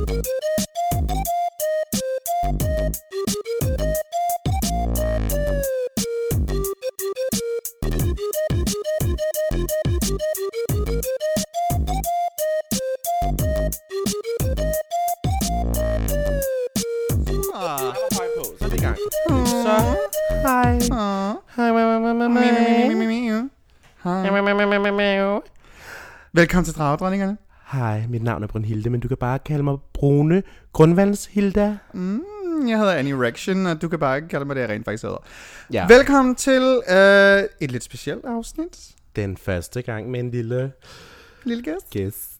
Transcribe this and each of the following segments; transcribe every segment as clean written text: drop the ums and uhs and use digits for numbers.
Velkommen til Dragedronningerne. Hej, mit navn er Brunhilde, men du kan bare kalde mig Brune Grundvandshilda. Jeg hedder Annie Rection, og du kan bare kalde mig det, jeg rent faktisk hedder. Ja. Velkommen til et lidt specielt afsnit. Den første gang med en lille gæst.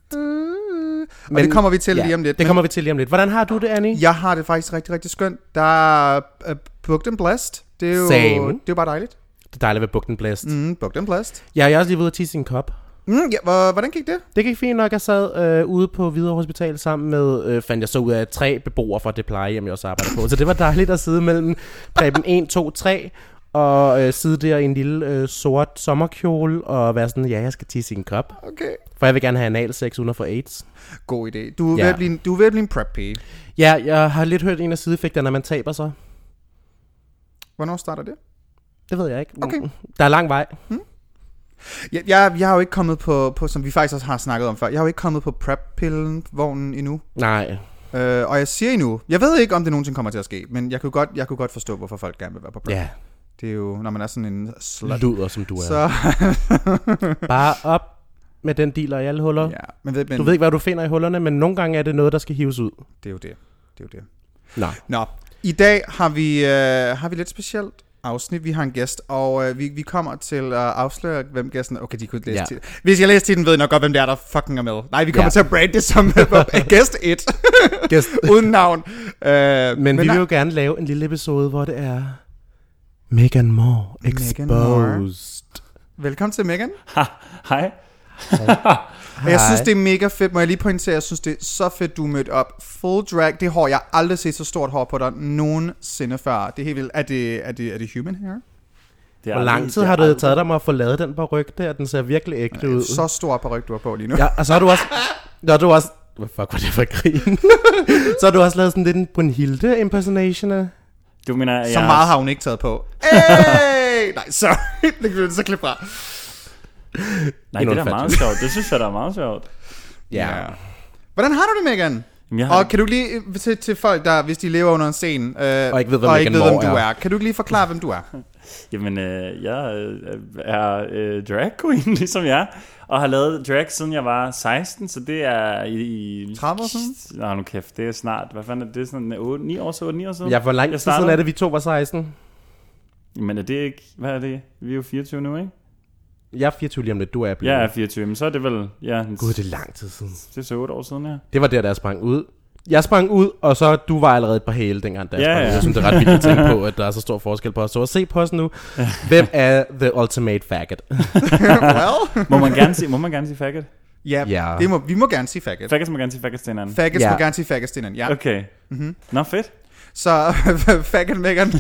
Og det kommer vi til lige om lidt. Det kommer vi til lige om lidt. Hvordan har du det, Annie? Jeg har det faktisk rigtig, rigtig skønt. Der er booked and blessed. Det er jo, Same. Det er jo bare dejligt. Det er dejligt ved Booked and Blessed. Booked and blessed. Ja, jeg er også lige ude at tisse en kop. Hvordan gik det? Det gik fint nok. Jeg sad ude på Hvidovre Hospital sammen med, fandt jeg så ud af 3 beboere fra det plejehjem, jeg også arbejder på. Så det var dejligt at sidde mellem Preben 1, 2, 3 og sidde der i en lille sort sommerkjole og være sådan, ja, jeg skal tisse i en kop. Okay. For jeg vil gerne have analsex uden at få AIDS. God idé. Du er ved at blive en prep-pige. Ja, jeg har lidt hørt en af sideeffekterne, når man taber sig. Hvornår starter det? Det ved jeg ikke. Okay. Der er lang vej. Jeg har jo ikke kommet på, som vi faktisk også har snakket om før, jeg har jo ikke kommet på prep-pillen-vognen endnu. Nej. Og jeg siger endnu, jeg ved ikke, om det nogensinde kommer til at ske, men jeg kunne godt forstå, hvorfor folk gerne vil være på prep. Ja. Det er jo, når man er sådan en slut. Luder, som du er. Så Bare op med den dealer i alle huller. ja, men Du ved ikke, hvad du finder i hullerne, men nogle gange er det noget, der skal hives ud. det er jo det. Nå. I dag har vi lidt specielt afsnit. Vi har en gæst, og vi kommer til at afsløre, hvem gæsten er. Okay, de kunne læse titlen. Hvis jeg læser titlen, ved jeg nok godt, hvem det er, der fucking er med. Nej, vi kommer til at brande det som gæst 1. Uden navn. Men vi vil jo gerne lave en lille episode, hvor det er Meghan Moore Exposed. Velkommen til Meghan. Hej. Og jeg synes, det er mega fedt. Må jeg lige pointere, jeg synes, det er så fedt, du er mødt op. Full drag, det hår, jeg har aldrig set så stort hår på dig nogensinde før. Det er helt vildt. Er det human hair? Hvor lang tid har det taget dig at få lavet den paryk der? Den ser virkelig ægte ud. Så stor paryk, du har på lige nu. Ja, og så har du også... Hvad fuck var det for grin? Så har du også lavet sådan lidt en Brunhilde impersonation. Du mener, så meget har hun ikke taget på. Hey! Nej, sorry. Det kan du så klippe fra. Nej, det er meget sjovt. Det synes jeg, der er meget sjovt. Ja. Hvordan har du det, Meghan? Og kan du lige til folk, der, hvis de lever under en scene, og ikke ved, hvem du er. Kan du ikke lige forklare, hvem du er? Jamen, jeg er drag queen, ligesom jeg. Og har lavet drag, siden jeg var 16, så det er i 30 år siden? Nå, nu kæft, det er snart. Hvad fanden er det? Sådan 9 år siden? Ja, hvor lang tid siden er det, vi to var 16? Men er det ikke... Hvad er det? Vi er jo 24 nu, ikke? Jeg er 24 lige om lidt, du er blevet. Jeg er 24, men så er det vel... Ja, gud, det er lang tid siden. Det er så 8 år siden, ja. Det var der jeg sprang ud. Jeg sprang ud, og så du var allerede på hæle dengang, da jeg sprang ud. Jeg synes, det er ret vildt at tænke på, at der er så stor forskel på os. Så at se på os nu. Hvem er the ultimate faggot? Well. Må man gerne sige faggot? Ja, vi må gerne sige faggot. Faggots må gerne sige faggots til hinanden. Faggots må gerne sige faggots til hinanden, ja. Okay. Nå, fedt. Så faggot, Meghan.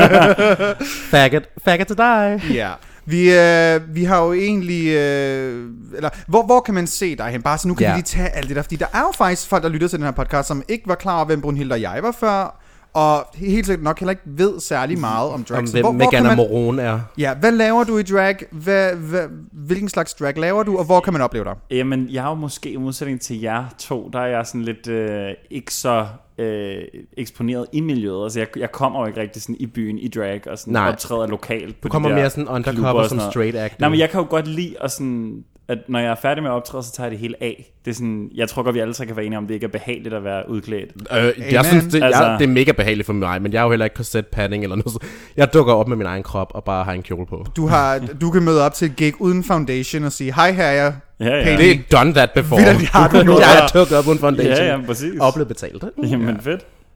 Faggot til dig. Ja. Vi har jo egentlig eller hvor kan man se dig hen? Bare så nu kan vi lige tage alt det der, fordi der er jo faktisk folk, der lytter til den her podcast, som ikke var klar over, hvem Brunhilde og jeg var før, og helt sikkert nok heller ikke ved særlig meget om drag. Om hvem Meghan Moore er. Ja, hvad laver du i drag? Hvilken slags drag laver du, og hvor kan man opleve dig? Jamen, jeg er jo måske i modsætning til jer to, der er jeg sådan lidt ikke så eksponeret i miljøet. Altså, jeg kommer jo ikke rigtig sådan i byen i drag og sådan optræder lokalt på. Du kommer mere sådan undercover som straight actor. Nej, men jeg kan jo godt lide at sådan, at når jeg er færdig med at optræde, så tager jeg det hele af. Det er sådan, jeg tror godt, vi alle tre kan være enige om, det ikke er behageligt at være udklædt. Jeg synes, det er mega behageligt for mig, men jeg er jo heller ikke korset padding eller noget. Jeg dukker op med min egen krop og bare har en kjole på. Du kan møde op til et gig uden foundation og sige, hej her er jeg. Ja. Det er done that before. Jeg har dukket op uden foundation. Ja, præcis. Og blevet betalt. Jamen fedt.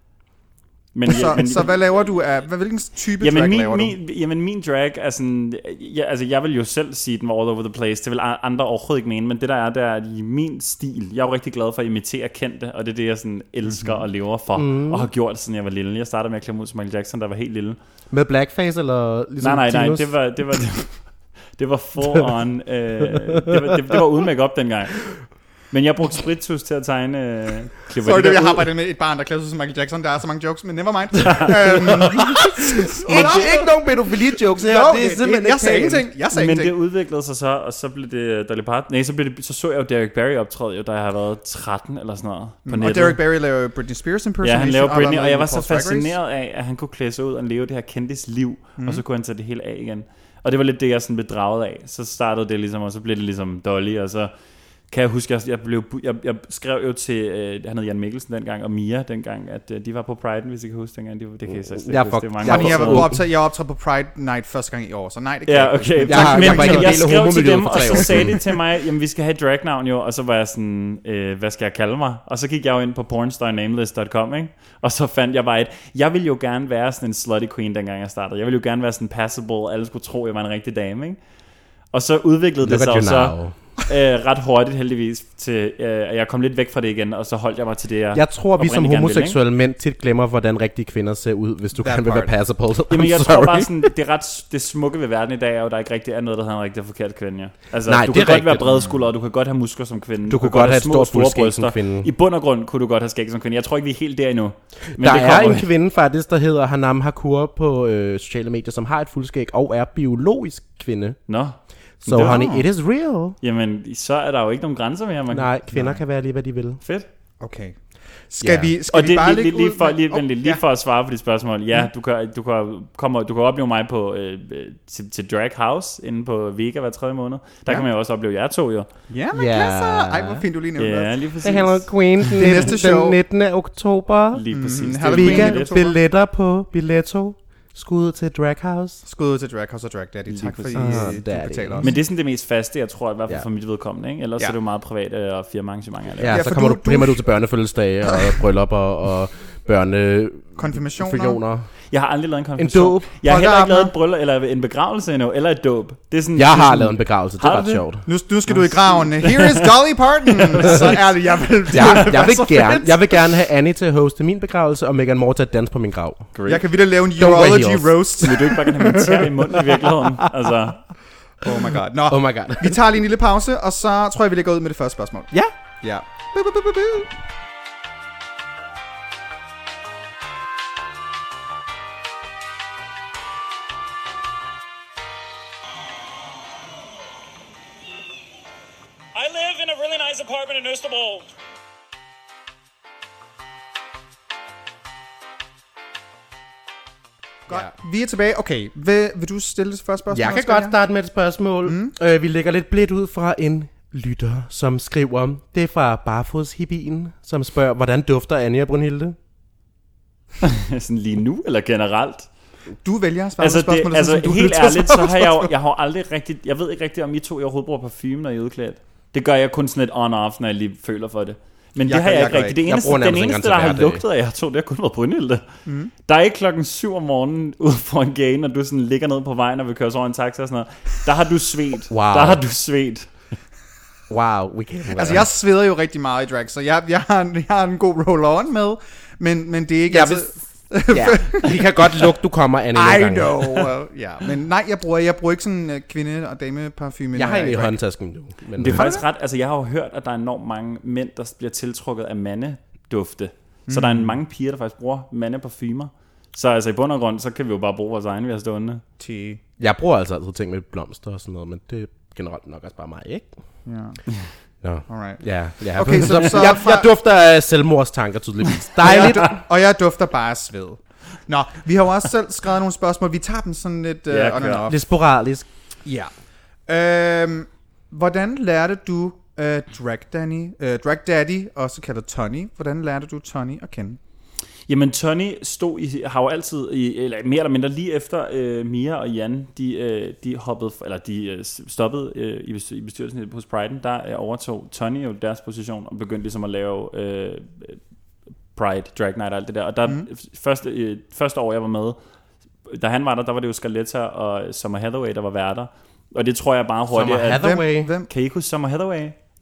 Så hvad laver du af, hvilken type drag laver du? Jamen min drag er sådan, jeg vil jo selv sige, den var all over the place. Det vil andre overhovedet ikke mene, men det der er i min stil. Jeg er jo rigtig glad for at imitere kendte, og det er det, jeg sådan elsker og lever for, og har gjort siden jeg var lille. Jeg startede med at klemme ud som Michael Jackson, der var helt lille. Med blackface eller ligesom Nej, det var full on. Det var uden make-up dengang. Men jeg brugte sprittus til at tegne klipper. Sorry, jeg har arbejdet med et barn, der klæder sig som Michael Jackson. Der er så mange jokes, men never mind. Ikke nogen pædofili-jokes her. No, det er simpelthen jeg sagde ingenting. Men det udviklede sig så, og så blev det Dolly Parton. Nej, så jeg jo Derek Barry optræde, da jeg har været 13 eller sådan noget på nettet. Og Derek Barry laver Britney Spears impersonation. Ja, han laver Britney, og jeg var så fascineret af, at han kunne klæde sig ud og leve det her kendtes liv, og så kunne han tage det hele af igen. Og det var lidt det, jeg sådan blev draget af. Så startede det ligesom, og så blev det ligesom Dolly, og så kan jeg huske, at jeg skrev jo til, han hed Jan Mikkelsen dengang, og Mia dengang, at de var på Pride'en, hvis I kan huske dengang. Det kan jeg så huske. Jeg optrådte på Pride Night første gang i år, så nej, det kan jeg okay. Jeg skrev til dem, og så sagde de til mig, jamen vi skal have et dragnavn jo, og så var jeg sådan, hvad skal jeg kalde mig? Og så gik jeg jo ind på pornstarnamelist.com, ikke? Og så fandt jeg bare jeg ville jo gerne være sådan en slutty queen, dengang jeg startede. Jeg ville jo gerne være sådan passable, alle skulle tro, jeg var en rigtig dame, ikke? Og så udviklede det sig så ret hurtigt heldigvis til at jeg kom lidt væk fra det igen, og så holdt jeg mig til det jeg tror vi som homoseksuelle mænd tit glemmer hvordan rigtige kvinder ser ud, hvis du kan vil være passable. Jamen jeg tror bare sådan det smukke ved verden i dag er jo der ikke rigtig er noget der hedder en rigtig forkert kvinde, ja. Altså nej, du kan godt være bredskuldret, du kan godt have muskler som kvinde, du kan godt have et stort fuldskæg som kvinde. I bund og grund kunne du godt have skæg som kvinde. Jeg tror ikke vi er helt der endnu. Men der er en kvinde faktisk der hedder Hanam Hakour på sociale medier, som har et fuldskæg og er biologisk kvinde. Nå. So honey, it is real. Jamen, så er der jo ikke nogen grænser mere. Nej, kvinder kan være lige, hvad de vil. Fedt. Okay. Skal vi bare lige for at svare på de spørgsmål. Ja, du kan opleve mig på til Drag House inde på Vega hver 3. måned. Der kan man jo også opleve jer to jo. Ja, men klasser. Ej, hvor fint du lige nævnte. Ja, lige præcis. Det er Queen den 19. oktober. Lige præcis. Vega billetter på Billetto. Skud til Drag House. Skud til Drag House og Drag Daddy. Tak fordi du betaler os. Men det er sådan det mest faste, jeg tror i hvert fald for mit vedkommende, ikke? Ellers er det jo meget private og firmaarrangementer. Ja, så kommer du til børnefødselsdage og bryllupper og konfirmationer. Jeg har aldrig lavet en konfirmation. En dåb. Jeg har heller ikke lavet et bryllup eller en begravelse endnu, eller et dåb. Det er sådan, jeg har lavet en begravelse, det er ret sjovt. Nu skal du i graven. Here is Dolly Parton. Så er det, jeg vil gerne have Annie til at hoste min begravelse, og Meghan Moore til at danse på min grav. Great. Jeg kan videre lave en urology roast. Vil du ikke bare have min tær i munden i virkeligheden? Altså. Oh my god. Nå, oh my god. Vi tager lige en lille pause, og så tror jeg, vi lægger ud med det første spørgsmål. Ja. Ja. I live in a really nice apartment in Istanbul. Godt. Ja. Vi er tilbage. Okay, vil du stille det første spørgsmål? Jeg kan godt starte med et spørgsmål. Vi lægger lidt blidt ud fra en lytter, som skriver, det er fra Barfodshippien, som spørger, hvordan dufter Anja Brunhilde? Sådan lige nu, eller generelt? Du vælger at svare på spørgsmålet. Altså helt ærligt, så har jeg har aldrig rigtigt, jeg ved ikke rigtigt, om I to overhovedet bruger parfume, når I er udklædt. Det gør jeg kun sådan et on-off, når jeg lige føler for det. Men det har jeg ikke rigtigt. Den eneste, der har lugtet af jer to, det har kun været Brynhilde. Der er ikke 7:00 om morgenen ude for en gate, når du sådan ligger ned på vejen og vil køre over en taxa og sådan noget. Der har du svedt. Wow. Der har du svedt. Wow. Altså jeg sveder jo rigtig meget i drag, så jeg har en god roll-on med, men det er ikke altid... Ja, vi kan godt lugte, du kommer an i I know. Ja, men nej, jeg bruger ikke sådan kvinde- og dameparfume. Jeg har egentlig i håndtasken nu. Men det er faktisk ret, altså jeg har jo hørt, at der er enormt mange mænd, der bliver tiltrukket af mandedufte. Så der er mange piger, der faktisk bruger mandeparfumer. Så altså i bund og grund, så kan vi jo bare bruge vores egen, vi har stående. Jeg bruger altså altid ting med blomster og sådan noget, men det er generelt nok også bare mig, ikke? Ja. No. Alright. Ja. Okay, så jeg dufter af selvmordstanker tydeligvis. Dejligt. Og jeg dufter bare af sved. Nå, vi har jo også selv skrevet nogle spørgsmål. Vi tager dem sådan lidt on and off. Lidt sporadisk. Ja. Hvordan lærte du Drag Daddy, også kaldet Tony? Hvordan lærte du Tony at kende? Jamen Tony har jo altid eller mere eller mindre lige efter Mia og Jan de hoppede eller de stoppede i bestyrelsen hos Pride'en, der overtog Tony jo deres position og begyndte ligesom at lave Pride, Drag Night og alt det der. Og der første år jeg var med, da han var der var det jo Scarletta og Summer Hathaway der var værter. Og det tror jeg bare hurtigt Summer Hathaway. Kan I ikke huske Summer Hathaway?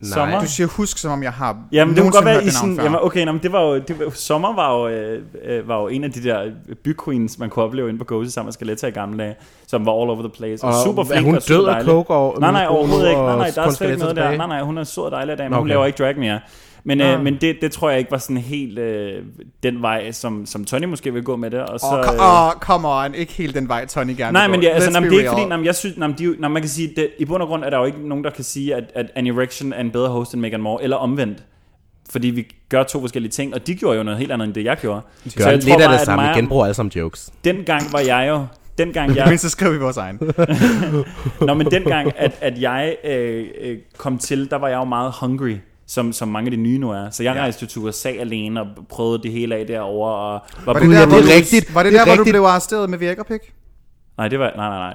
Sommer? Du siger husk, som om jeg har Jamen, det kunne godt være i sådan... sådan... Jamen, okay, men sommer var jo en af de der byqueens, man kunne opleve inde på Gozy sammen med Skeletta i gamle dage, som var all over the place. Og super flink. Er hun død af coke og... Nej, overhovedet ikke. Nej, der er slet ikke noget der. Nej, hun er sød og dejlig af dag, men hun laver ikke drag mere. Men det tror jeg ikke var sådan helt den vej, som Tony måske vil gå med det. Og så, come on, ikke helt den vej, Tony gerne nej, vil men gå. det er ikke fordi, jeg synes, man kan sige, det, i bund og grund er der jo ikke nogen, der kan sige, at Annie Rection er en bedre host end Megan Moore, eller omvendt. Fordi vi gør to forskellige ting, og de gjorde jo noget helt andet, end det jeg gjorde. Så jeg lidt af det samme, vi genbruger alle sammen jokes. Dengang var jeg jo... Men så skrev vi vores egen. Nå, men dengang, at jeg kom til, der var jeg jo meget hungry. Som mange af de nye nu er. Så jeg rejste til USA alene og prøvede det hele af derovre. Og var det der, hvor du blev arresteret med Viagra-pik? Nej, det var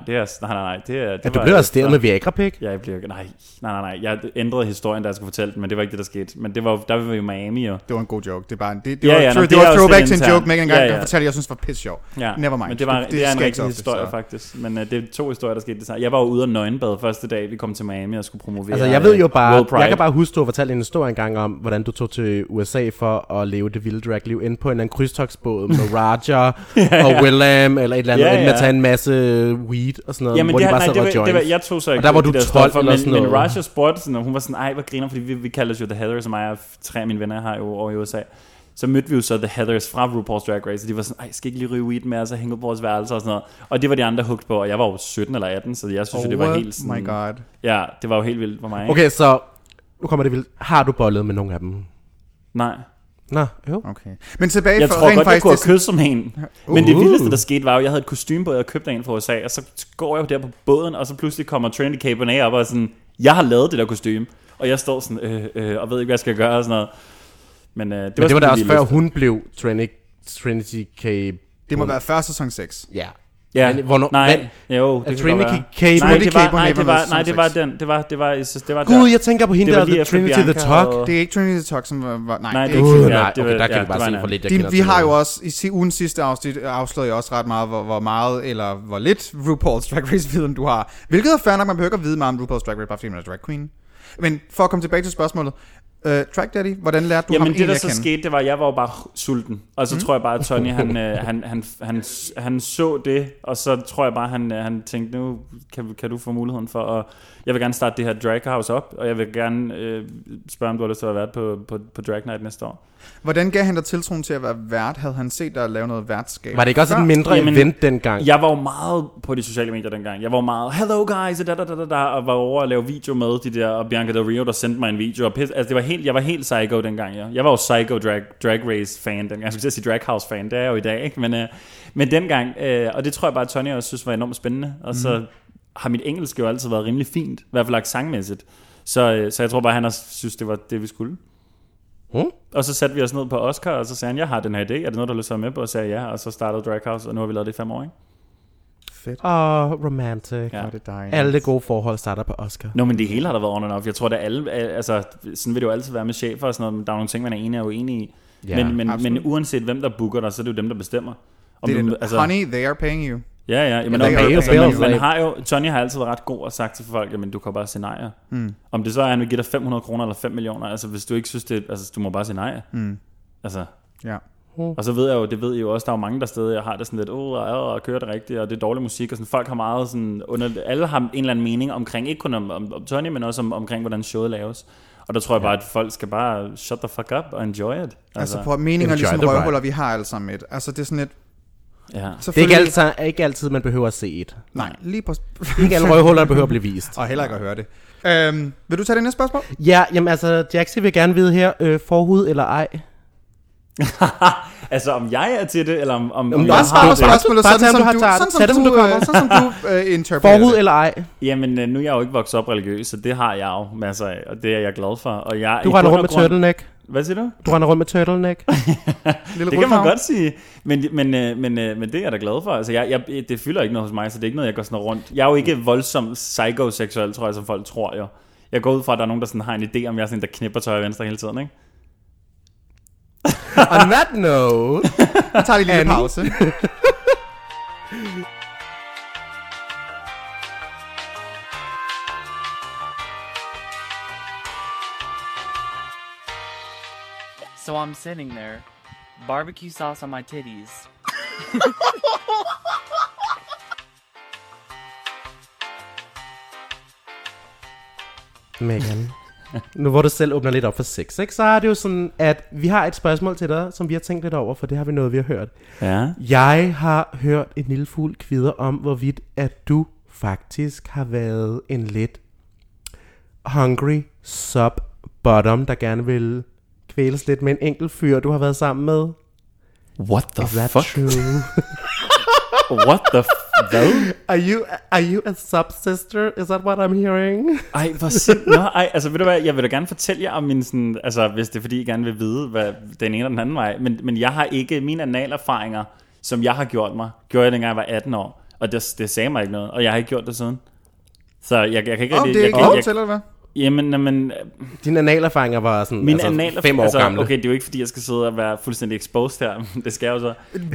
nej. Du blev arresteret med Viagra-pik? Ja, jeg blev nej. Jeg ændrede historien, da jeg skulle fortælle den, men det var ikke det, der skete. Men der var vi i Miami jo. Det var en god joke. Det var var throwback til en joke, Megan engang fortalte, jeg synes var pisse sjov. Never mind. Men det er en rigtig historie faktisk. Men det er to historier, der skete det samme. Jeg var jo ude og nøgenbade første dag, vi kom til Miami og skulle promovere. Altså jeg ved jo bare, jeg kan bare huske, du har fortalt en historie engang om, hvordan du tog til USA for at leve det vilde dragliv inde på en krydstogsbåd med Raja og Willem eller et eller andet, med at tage en masse weed og sådan noget. Jamen hvor det, de bare det var, jeg tog så ikke. Og der var du 12 eller sådan noget. Men Raja spurgte sådan, og hun var sådan, ej, hvor griner, fordi vi kalder os jo The Heathers, og mig og 3 af mine venner har jo over i USA. Så mødte vi jo så The Heathers fra RuPaul's Drag Race, og de var sådan, ej, skal ikke lige ryge weed med os og hænge ud på vores værelser og sådan noget. Og det var de andre hooked på, og jeg var jo 17 eller 18, så jeg synes jo, det var helt sådan... Oh my god. Ja, det var jo helt vildt for mig. Okay, så nu kommer det vildt. Har du bollet med nogen af dem? Nej. Nå, jo. Okay. Men tilbage jeg for tror godt, jeg kunne have kysset som en. Men det vildeste, der skete, var jo, jeg havde et kostume på, jeg købte en fra USA, og så går jeg jo der på båden, og så pludselig kommer Trinity K. Bonet op og sådan, jeg har lavet det der kostume, og jeg står sådan, og ved ikke, hvad jeg skal gøre og sådan noget. Men det var da også før hun blev Trinity K. Det må være før sæson 6. Ja. Ja, men, hvornår, nej, jo, det Trinity K. Det var Gud, jeg tænker på hende der, Trinity the Talk. Det er ikke Trinity the Talk, som var... Nej, det er ikke. Nej, okay, der kan vi bare se for lidt. Vi har jo også, i ugens sidste afsnit, afslørede jeg også ret meget, hvor meget, eller hvor lidt RuPaul's Drag Race-viden du har. Hvilket er fair nok, man behøver ikke at vide meget om RuPaul's Drag Race, bare fordi man er drag queen. Men for at komme tilbage til spørgsmålet, Drag Daddy, hvordan lærte du ham egentlig at kende? Det der så skete, det var, jeg var jo bare sulten. Og så tror jeg bare, at Tony, han så det, og så tror jeg bare, han tænkte, nu kan du få muligheden for at... Jeg vil gerne starte det her Drag House op, og jeg vil gerne spørge, om du har lyst til at være vært på Drag Night næste år. Hvordan gav han dig tiltroen til at være vært? Havde han set dig lave noget værtskab? Var det ikke også et mindre event dengang? Jeg var jo meget på de sociale medier dengang. Jeg var meget, hello guys, og var over at lave video med de der, og Bianca Del Rio, der sendte mig en video. Og altså, jeg var helt psycho dengang, ja. Jeg var jo psycho drag race fan dengang. Jeg skulle sige drag house fan, det er jeg jo i dag, ikke? Men dengang, og det tror jeg bare, at Tony også synes var enormt spændende. Og så har mit engelsk jo altid været rimelig fint, i hvert fald sangmæssigt. Så jeg tror bare, han også synes, det var det, vi skulle. Og så satte vi os ned på Oscar, og så sagde han, jeg har den her idé, er det noget, du har lyst til at være med på? Og sagde ja, og så startede Drag House, og nu har vi lavet det i 5 år, ikke? Fedt. Romantic. Ja. Alle det gode forhold starter på Oscar. Nå, men det hele har der været on and off. Jeg tror, at alle, altså, sådan vil det jo altid være med chefer og sådan noget, men der er nogle ting, man er enig og uenig i. Ja, men uanset hvem der booker dig, så er det jo dem, der bestemmer. Honey, they are paying you. Ja, men man har jo, Tony har altid været ret god og sagt til folk, jamen du kan bare sige nej. Om det så er, at han vil give dig 500 kroner eller 5 millioner, altså hvis du ikke synes det, altså du må bare sige nej. Altså. Ja. Og så ved jeg jo, det ved I jo også, der er jo mange der steder, jeg har det sådan lidt, og kører det rigtigt, og det er dårlig musik, og sådan, folk har meget sådan, alle har en eller anden mening omkring, ikke kun om Tony, men også omkring, hvordan showet laves. Og der tror jeg bare, at folk skal bare shut the fuck up og enjoy it. Altså på meninger ligesom røvhuller, vi har alle sammen et. Altså det er sådan et... Ja. Det er ikke altid, man behøver at se et. Nej, lige på... Ikke alle røvhuller behøver at blive vist. Og heller ikke at høre det. Vil du tage det næste spørgsmål? Ja, jamen altså, Jaxi vil gerne vide her, forhud eller ej? Altså om jeg er til det, eller om jeg har spørgsmålet, sådan som du interpreterer forhud eller ej? Jamen nu er jeg jo ikke vokset op religiøs, så det har jeg jo masser af, og det er jeg glad for. Og jeg, du render rundt med turtleneck. Hvad siger du? Du render rundt med turtleneck. Det kan man godt sige, men det er jeg da glad for. Altså det fylder ikke noget hos mig, så det er ikke noget, jeg går sådan rundt. Jeg er jo ikke voldsomt psychoseksuel, tror jeg, som folk tror jo. Jeg går ud fra, at der er nogen, der sådan har en idé om, jeg er sådan, der knipper til højre og venstre hele tiden, ikke? On that note, vi tager lige en lille pause. I'm sitting there, barbecue sauce on my titties. Megan, nu hvor du selv åbner lidt op for sex, ikke, så er det jo sådan, at vi har et spørgsmål til dig, som vi har tænkt lidt over, for det har vi noget, vi har hørt. Ja. Jeg har hørt en lille fugl kvidder om, hvorvidt at du faktisk har været en lidt hungry sub-bottom, der gerne vil kvæles lidt med en enkelt fyr, du har været sammen med. What the Is that fuck? true? What the hvad? Are you a sub-sister? Is that what I'm hearing? Ej, hvor simpelthen. Ej, altså ved du hvad, jeg vil da gerne fortælle jer om min sådan, altså hvis det er fordi I gerne vil vide, hvad den ene og den anden vej, men jeg har ikke, mine analerfaringer, som jeg har gjorde jeg dengang jeg var 18 år, og det sagde mig ikke noget, og jeg har ikke gjort det siden. Så jeg kan ikke det er ikke lov til, eller hvad? Jamen, dine analerfaringer var sådan mine altså 5 år gamle. Okay, det er jo ikke fordi jeg skal sidde og være fuldstændig exposed her. Det skal jeg jo så.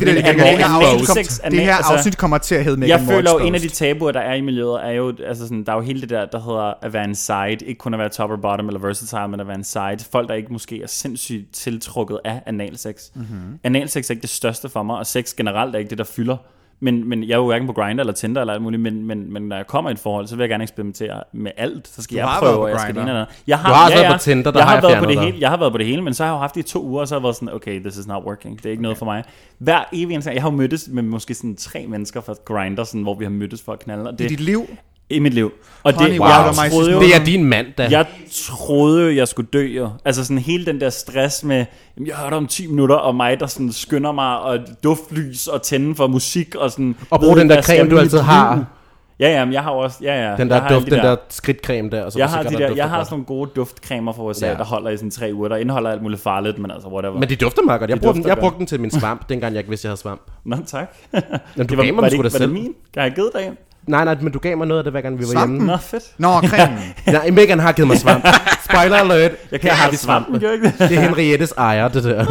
Det her afsnit kommer til at hedde Megan Jeg føler jo, en af de tabuer der er i miljøet er jo, altså sådan, der er jo hele det der hedder at være en side, ikke kun at være top or bottom eller versatile, men at være en side. Folk der ikke måske er sindssygt tiltrukket af analsex. Analsex er ikke det største for mig, og sex generelt er ikke det der fylder. Men jeg er jo hverken på Grindr eller Tinder eller alt muligt, men når jeg kommer i et forhold, så vil jeg gerne eksperimentere med alt. Så skal jeg prøve, og jeg skal det ene. Jeg har været på Tinder, der har jeg været på det hele. Jeg har været på det hele, men så har jeg jo haft det i 2 uger, og så har jeg været sådan, okay, this is not working. Det er ikke noget for mig. Hver evig eneste gang, jeg har jo mødtes med måske sådan 3 mennesker fra Grindr, sådan, hvor vi har mødtes for at knalde. Og det, i dit liv? I mit liv. Og Honey, det, wow, jeg troede jo, det er din mand, da. Jeg troede, jeg skulle dø jo. Altså sådan hele den der stress med, jeg hørte om 10 minutter, og mig, der sådan skynder mig, og duftlys, og tænde for musik, og sådan... Og bruge den der creme, du altid har. Ja, men jeg har også... Ja, den der duft, den der skridtcreme der. Og så jeg har sådan nogle gode duftcremer fra USA, der holder i sådan 3 uger, der indeholder alt muligt farligt, men altså whatever. Men de dufter meget godt. Jeg brugte den til min svamp, dengang jeg ikke vidste, jeg havde svamp. Nå, tak. Men du gav mig sgu da selv. Var det min? Kan jeg have givet dig en? Nej, men du gav mig noget af det, hver gang vi var hjemme. Nå, fedt. Nå, cremen. Nej, Megan har givet mig svamp. Spoiler alert. Jeg har vi svamp. Det er Henriettes ejer, det der.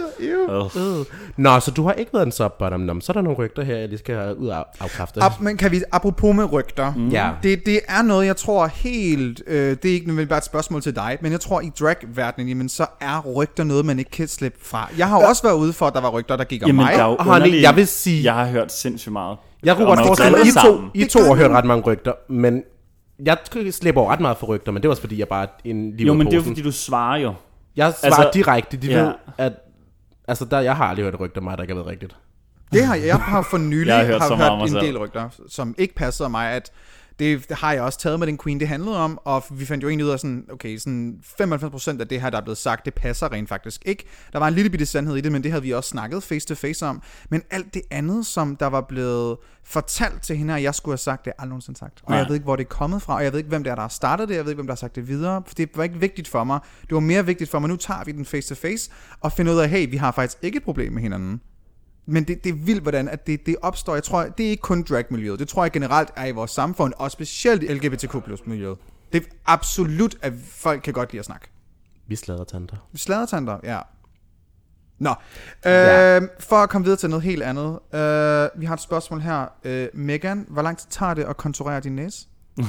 Nå, så du har ikke været en sub-bottom. Så er der nogle rygter her, jeg lige skal have ud af afkræfte. Men kan vi, apropos med rygter, det er noget, jeg tror helt, det er ikke nødvendigvis bare et spørgsmål til dig, men jeg tror i drag-verdenen, jamen så er rygter noget, man ikke kan slippe fra. Jeg har jo også været ude for, at der var rygter, der gik om mig. Honey, jeg vil sige... Jeg har hørt sindssygt meget. Jeg kunne godt forestille mig, I to har hørt ret mange rygter, men jeg slipper ret meget for rygter, men det var også fordi, jeg bare en liv. Jo, men det er jo fordi, du svarer jo. Jeg svarer direkte, de ved, at altså, jeg har aldrig hørt rygter mig, der ikke har været rigtigt. Det har jeg har for nylig hørt en del del rygter, som ikke passede mig, at det har jeg også taget med den queen, det handlede om, og vi fandt jo egentlig ud af sådan, okay, sådan 95% af det her, der er blevet sagt, det passer rent faktisk ikke. Der var en lille bitte sandhed i det, men det havde vi også snakket face to face om. Men alt det andet, som der var blevet fortalt til hende, og jeg skulle have sagt, det er aldrig nogensinde sagt. Og jeg ved ikke, hvor det er kommet fra, og jeg ved ikke, hvem det er, der har startet det, jeg ved ikke, hvem der har sagt det videre, for det var ikke vigtigt for mig. Det var mere vigtigt for mig, nu tager vi den face to face, og finder ud af, hey, vi har faktisk ikke et problem med hinanden. Men det er vildt, hvordan at det opstår. Jeg tror, det er ikke kun drag-miljøet. Det tror jeg generelt er i vores samfund, og specielt i LGBTQ+-miljøet. Det er absolut, at folk kan godt lide at snakke. Vi sladretanter. Sladretanter, ja. Nå, for at komme videre til noget helt andet. Vi har et spørgsmål her. Megan, hvor lang tid tager det at konturere din næse?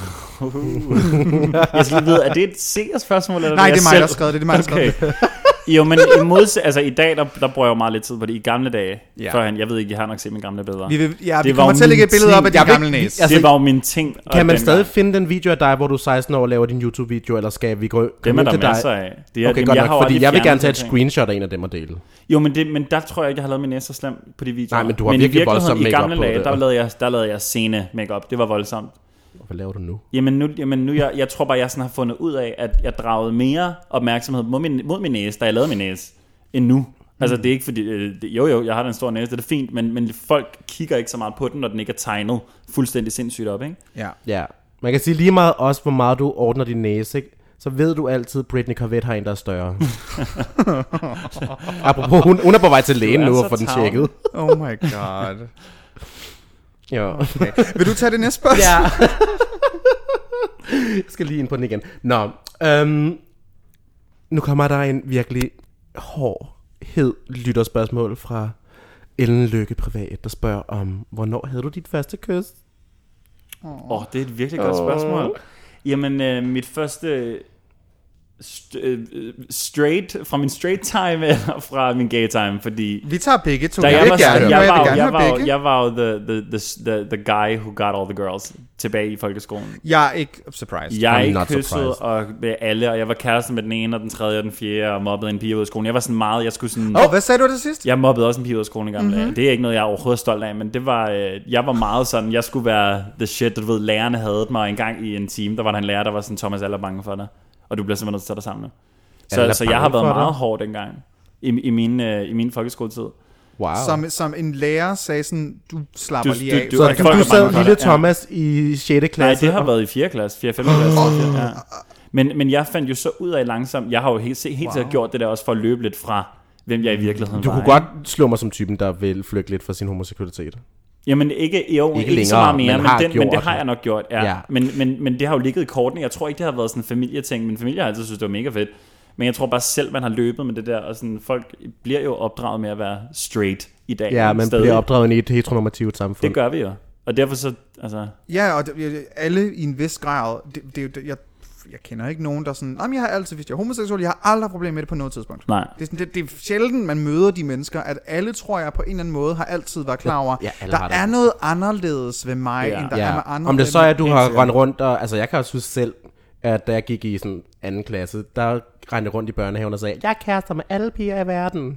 Jeg skal lige vide, er det et CS-spørgsmål? Eller nej, det er mig, der har skrevet det. Det er mig, der har skrevet det. Jo, men altså i dag, der bruger jeg jo meget lidt tid på det. I gamle dage, førhen, jeg ved ikke, jeg har nok set min gamle billeder. Vi kommer til at lægge et billede op af din gamle næse. Altså, det var jo min ting. Kan man stadig finde den video af dig, hvor du 16 år laver din YouTube-video, eller skal vi gå ind til dig? Dem er der masser af. Okay, godt nok, fordi jeg vil gerne tage et screenshot af en af dem og dele. Jo, men der tror jeg ikke, jeg har lavet min næse så slem på de videoer. Nej, men du har virkelig voldsomt make-up på det. I gamle dage, der lavede jeg scene make-up. Det var voldsomt. Hvad laver du nu? Jamen nu jeg tror bare, jeg sådan har fundet ud af, at jeg dragede mere opmærksomhed mod min næse, da jeg lavede min næse, end nu. Altså det er ikke fordi, jo, jeg har den store næse, det er fint, men folk kigger ikke så meget på den, når den ikke er tegnet fuldstændig sindssygt op, ikke? Ja. Man kan sige lige meget også, hvor meget du ordner din næse, ikke? Så ved du altid, at Britney Corvette har en, der er større. Apropos, hun er på vej til lægen nu og få den tjekket. Oh my god. Ja. Okay. Vil du tage det næste spørgsmål? Ja. Jeg skal lige ind på den igen. Nå, nu kommer der en virkelig hed lytterspørgsmål fra Ellen Lykke Privat, der spørger om, hvornår havde du dit første kys? Det er et virkelig godt spørgsmål. Jamen, mit første straight, fra min straight time eller fra min gay time, fordi vi tager begge to. Jeg var jo the guy who got all the girls tilbage i folkeskolen. Jeg er ikke surprised. Jeg kyssede og med alle, og jeg var kæreste med den ene og den tredje og den fjerde, og mobbede en pige ud af skolen. Jeg var sådan meget, jeg skulle sådan... hvad sagde du det sidst? Jeg mobbede også en pige ud af skolen i gamle dage. Det er ikke noget, jeg er overhovedet stolt af, men det var, jeg var meget sådan, jeg skulle være the shit, du ved, lærerne havde mig en gang i en time, der var der en lærer, der var sådan, Thomas, alle er bange for dig, og du bliver simpelthen nødt til at tage dig sammen. Så jeg har været meget hård dengang, i min folkeskoletid. Wow. Som en lærer sagde sådan, du slapper lige af. Så du sad lille Thomas i 6. klasse? Nej, det har været i 4. klasse, 4-5. klasse. Ja. Men jeg fandt jo så ud af langsomt, jeg har jo helt sikkert gjort det der også for at løbe lidt fra, hvem jeg i virkeligheden var. Du kunne godt slå mig som typen, der vil flygte lidt fra sin homoseksualitet. Jamen ikke længere, så meget mere, men det har jeg nok gjort. Ja. Men det har jo ligget i kortene. Jeg tror ikke, det har været sådan en familieting. Min familie har altid synes, det var mega fedt. Men jeg tror bare selv, man har løbet med det der, og sådan, folk bliver jo opdraget med at være straight i dag. Ja, man bliver opdraget i et heteronormativt samfund. Det gør vi jo. Og derfor så, altså... Ja, og alle i en vis grad, jeg kender ikke nogen, der sådan, jeg har altid vidst, jeg er homoseksuel, jeg har aldrig problemer med det på noget tidspunkt. Nej. Det er sjældent, man møder de mennesker, at alle, tror jeg, på en eller anden måde har altid været klar over, der er noget anderledes ved mig, end der er med andre. Om det så er, at du har rendt rundt, og altså jeg kan også huske selv, at da jeg gik i sådan anden klasse, der rendte rundt i børnehaven og sagde, jeg er kærester med alle piger i verden.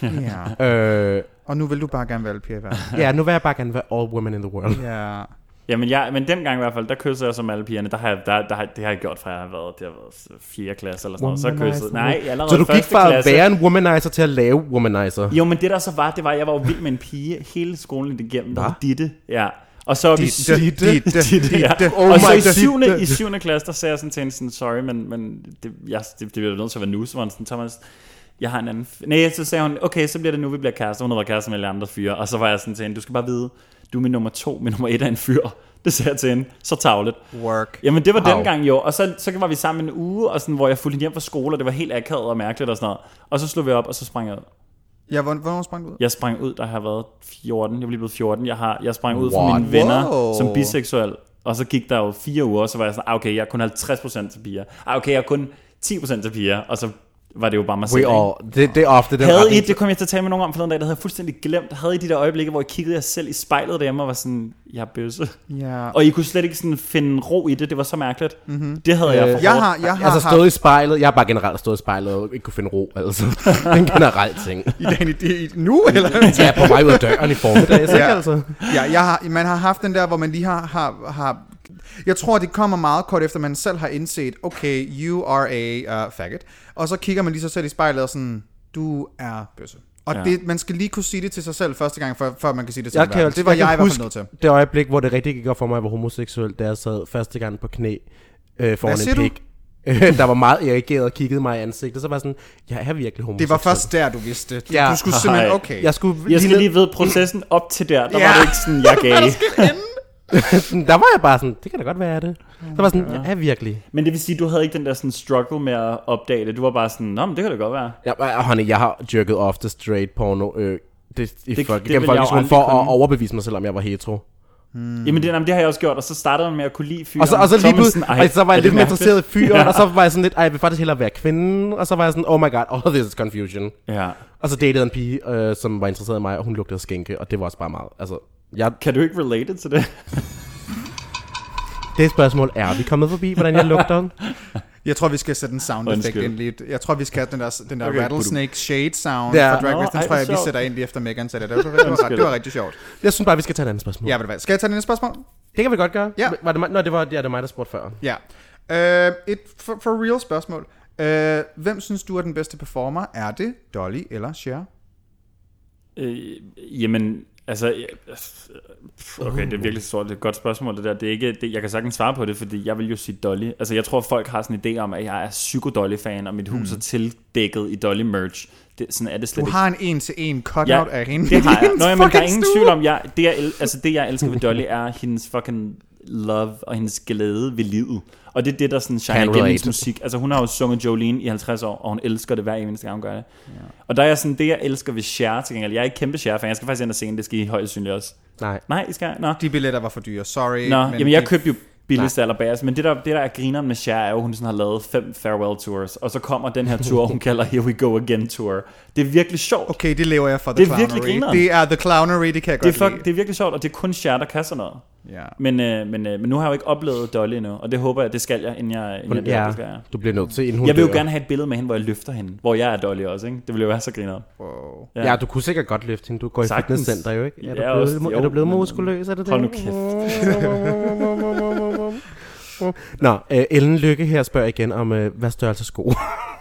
Ja. Og nu vil du bare gerne være alle piger i verden. Ja, nu vil jeg bare gerne være all women in the world. Ja. Ja, men dengang i hvert fald, der kyssede jeg som alle pigerne. Det har jeg gjort fra jeg har været 4. klasse eller sådan noget. Så kyssede. Nej, allerede. Så du gik fra at være en womanizer til at lave womanizer? Jo, men det der så var, jeg var jo vild med en pige hele skolen igennem, der var Ditte. Ja. Og så Ditte. Og så i 7. klasse, der sagde jeg sådan til hende sådan, sorry, men det bliver nødt til at være nu. Så var sådan, Thomas, jeg har en anden... Nej, så sagde hun, okay, så bliver det nu, vi bliver kærester. Hun har været kærester med alle andre fyre. Og så var jeg sådan til hende, du skal bare vide, du er min nummer 2, min nummer 1 er en fyr. Det sagde jeg til hende. Så tavlet. Work. Jamen det var dengang jo. Og så var vi sammen en uge, og sådan, hvor jeg fulgte hjem fra skole, og det var helt akavet og mærkeligt og sådan noget. Og så slog vi op, og så sprang jeg ud. Ja, hvornår sprang du ud? Jeg sprang ud, da jeg har været 14. Jeg blev blevet 14. Jeg sprang ud fra mine venner som biseksuel. Og så gik der jo 4 uger, og så var jeg sådan, okay, jeg er kun 50% til piger. Okay, jeg er kun 10% til piger. Og så var det jo bare mig selv. Det er ofte den retning. Det kom jeg til at tale med nogen om forleden dag, der havde jeg fuldstændig glemt. Havde I de der øjeblikke, hvor jeg kiggede jer selv i spejlet derhjemme og var sådan, jeg er bøsse. Ja. Og I kunne slet ikke sådan finde ro i det. Det var så mærkeligt. Det havde jeg for hårdt. Jeg har stået i spejlet. Jeg har bare generelt stået i spejlet og ikke kunne finde ro. Altså, det er en generel ting. Nu eller? Ja, på mig ud af døren i formiddag. Altså. Ja, man har haft den der, hvor man lige har jeg tror, det kommer meget kort efter, man selv har indset, okay, you are a faggot. Og så kigger man lige sig selv i spejlet og sådan, du er bøsse. Og man skal lige kunne sige det til sig selv første gang, før man kan sige det til verden. Det var jeg i hvert fald nødt til. Det øjeblik, hvor det rigtig gik op for mig, at jeg var homoseksuel, da jeg sad første gang på knæ foran en pik. Der var meget irrigeret og kiggede mig i ansigtet. Så var sådan, jeg er virkelig homoseksuel. Det var først der, du vidste. Du skulle simpelthen, okay. Jeg skal lige vide processen op til der var det ikke sådan, jeg gav. Der var jeg bare sådan, det kan da godt være det. Så var sådan, jeg er virkelig. Men det vil sige, du havde ikke den der sådan struggle med at opdage det. Du var bare sådan, nå, men det kan da godt være. Ja, honey, jeg har jerket ofte straight porno gennem folkeskolen for at overbevise mig selv, om jeg var hetero. Jamen det har jeg også gjort. Og så startede man med at kunne lide fyren. Og så lige pludselig, så var jeg lidt mere interesseret i fyren. Og så var jeg sådan lidt, jeg vil faktisk hellere være kvinden. Og så var jeg sådan, oh my god, all this is confusion. Ja. Og så datede en pige, som var interesseret i mig, og hun lugtede af skænke. Og det var også bare meget, altså... Kan du ikke relate til det? Det spørgsmål er vi kommet forbi, hvordan jeg lugter. Jeg tror, vi skal sætte en sound effect ind lige. Jeg tror, vi skal have den der okay, rattlesnake shade sound fra Drag Race. Den tror jeg, vi sætter ind lige efter Megan sagde det. Det var rigtig sjovt. Jeg synes bare, vi skal tage et andet spørgsmål. Ja, ved du hvad? Skal jeg tage et andet spørgsmål? Det kan vi godt gøre. Ja. Det var mig, der spurgte før. Ja. Et for real spørgsmål. Hvem synes du er den bedste performer? Er det Dolly eller Cher? Jamen... Altså, okay, det er virkelig stort, det er et godt spørgsmål det der. Det er ikke, jeg kan sagtens svare på det, fordi jeg vil jo sige Dolly. Altså, jeg tror folk har sådan en idé om, at jeg er psyko-Dolly-fan, og mit hus er tildækket i Dolly-merch. Sådan er det slet ikke. Du har en 1-til-1 cutout af hende. Det har jeg. Nå, men der er ingen tvivl om, det jeg elsker ved Dolly er hendes fucking love og hendes glæde ved livet. Og det er det, der sådan shiner igennem hendes musik. Altså hun har jo sunget Jolene i 50 år, og hun elsker det hver eneste gang, hun gør det. Ja. Og der er sådan det, jeg elsker ved Cher til gengæld. Jeg er ikke kæmpe Cher-fan. Jeg skal faktisk ind og se det skal I højst synligt også. Nej, I skal? Nå. De billetter var for dyre, sorry. Nå, jamen jeg købte jo billigste allerbærest. Men det der er grineren med Cher, er jo, hun sådan har lavet 5 farewell tours, og så kommer den her tour, hun kalder Here We Go Again tour. Det er virkelig sjovt. Okay, det lever jeg for. Det er virkelig grineren. Det er the clownery, det kan jeg godt lide. Det er virkelig sjovt, og det er kun Cher, der kan sådan noget. Ja. Men nu har jeg jo ikke oplevet Dolly endnu, og det håber jeg, det skal jeg, inden jeg det skal jeg. Du bliver nødt til, inden hun Jeg vil jo dør. gerne have et billede med hende, hvor jeg løfter hende, hvor jeg er Dolly også, ikke? Det ville jo være så grineren. Wow. Ja, du kunne sikkert godt løfte hende. Du går i fitnesscenter jo, ikke? Er du blevet muskuløs? Er det hold nu det? kæft. Nå, Ellen Lykke her spørger igen om, hvad størrelse sko?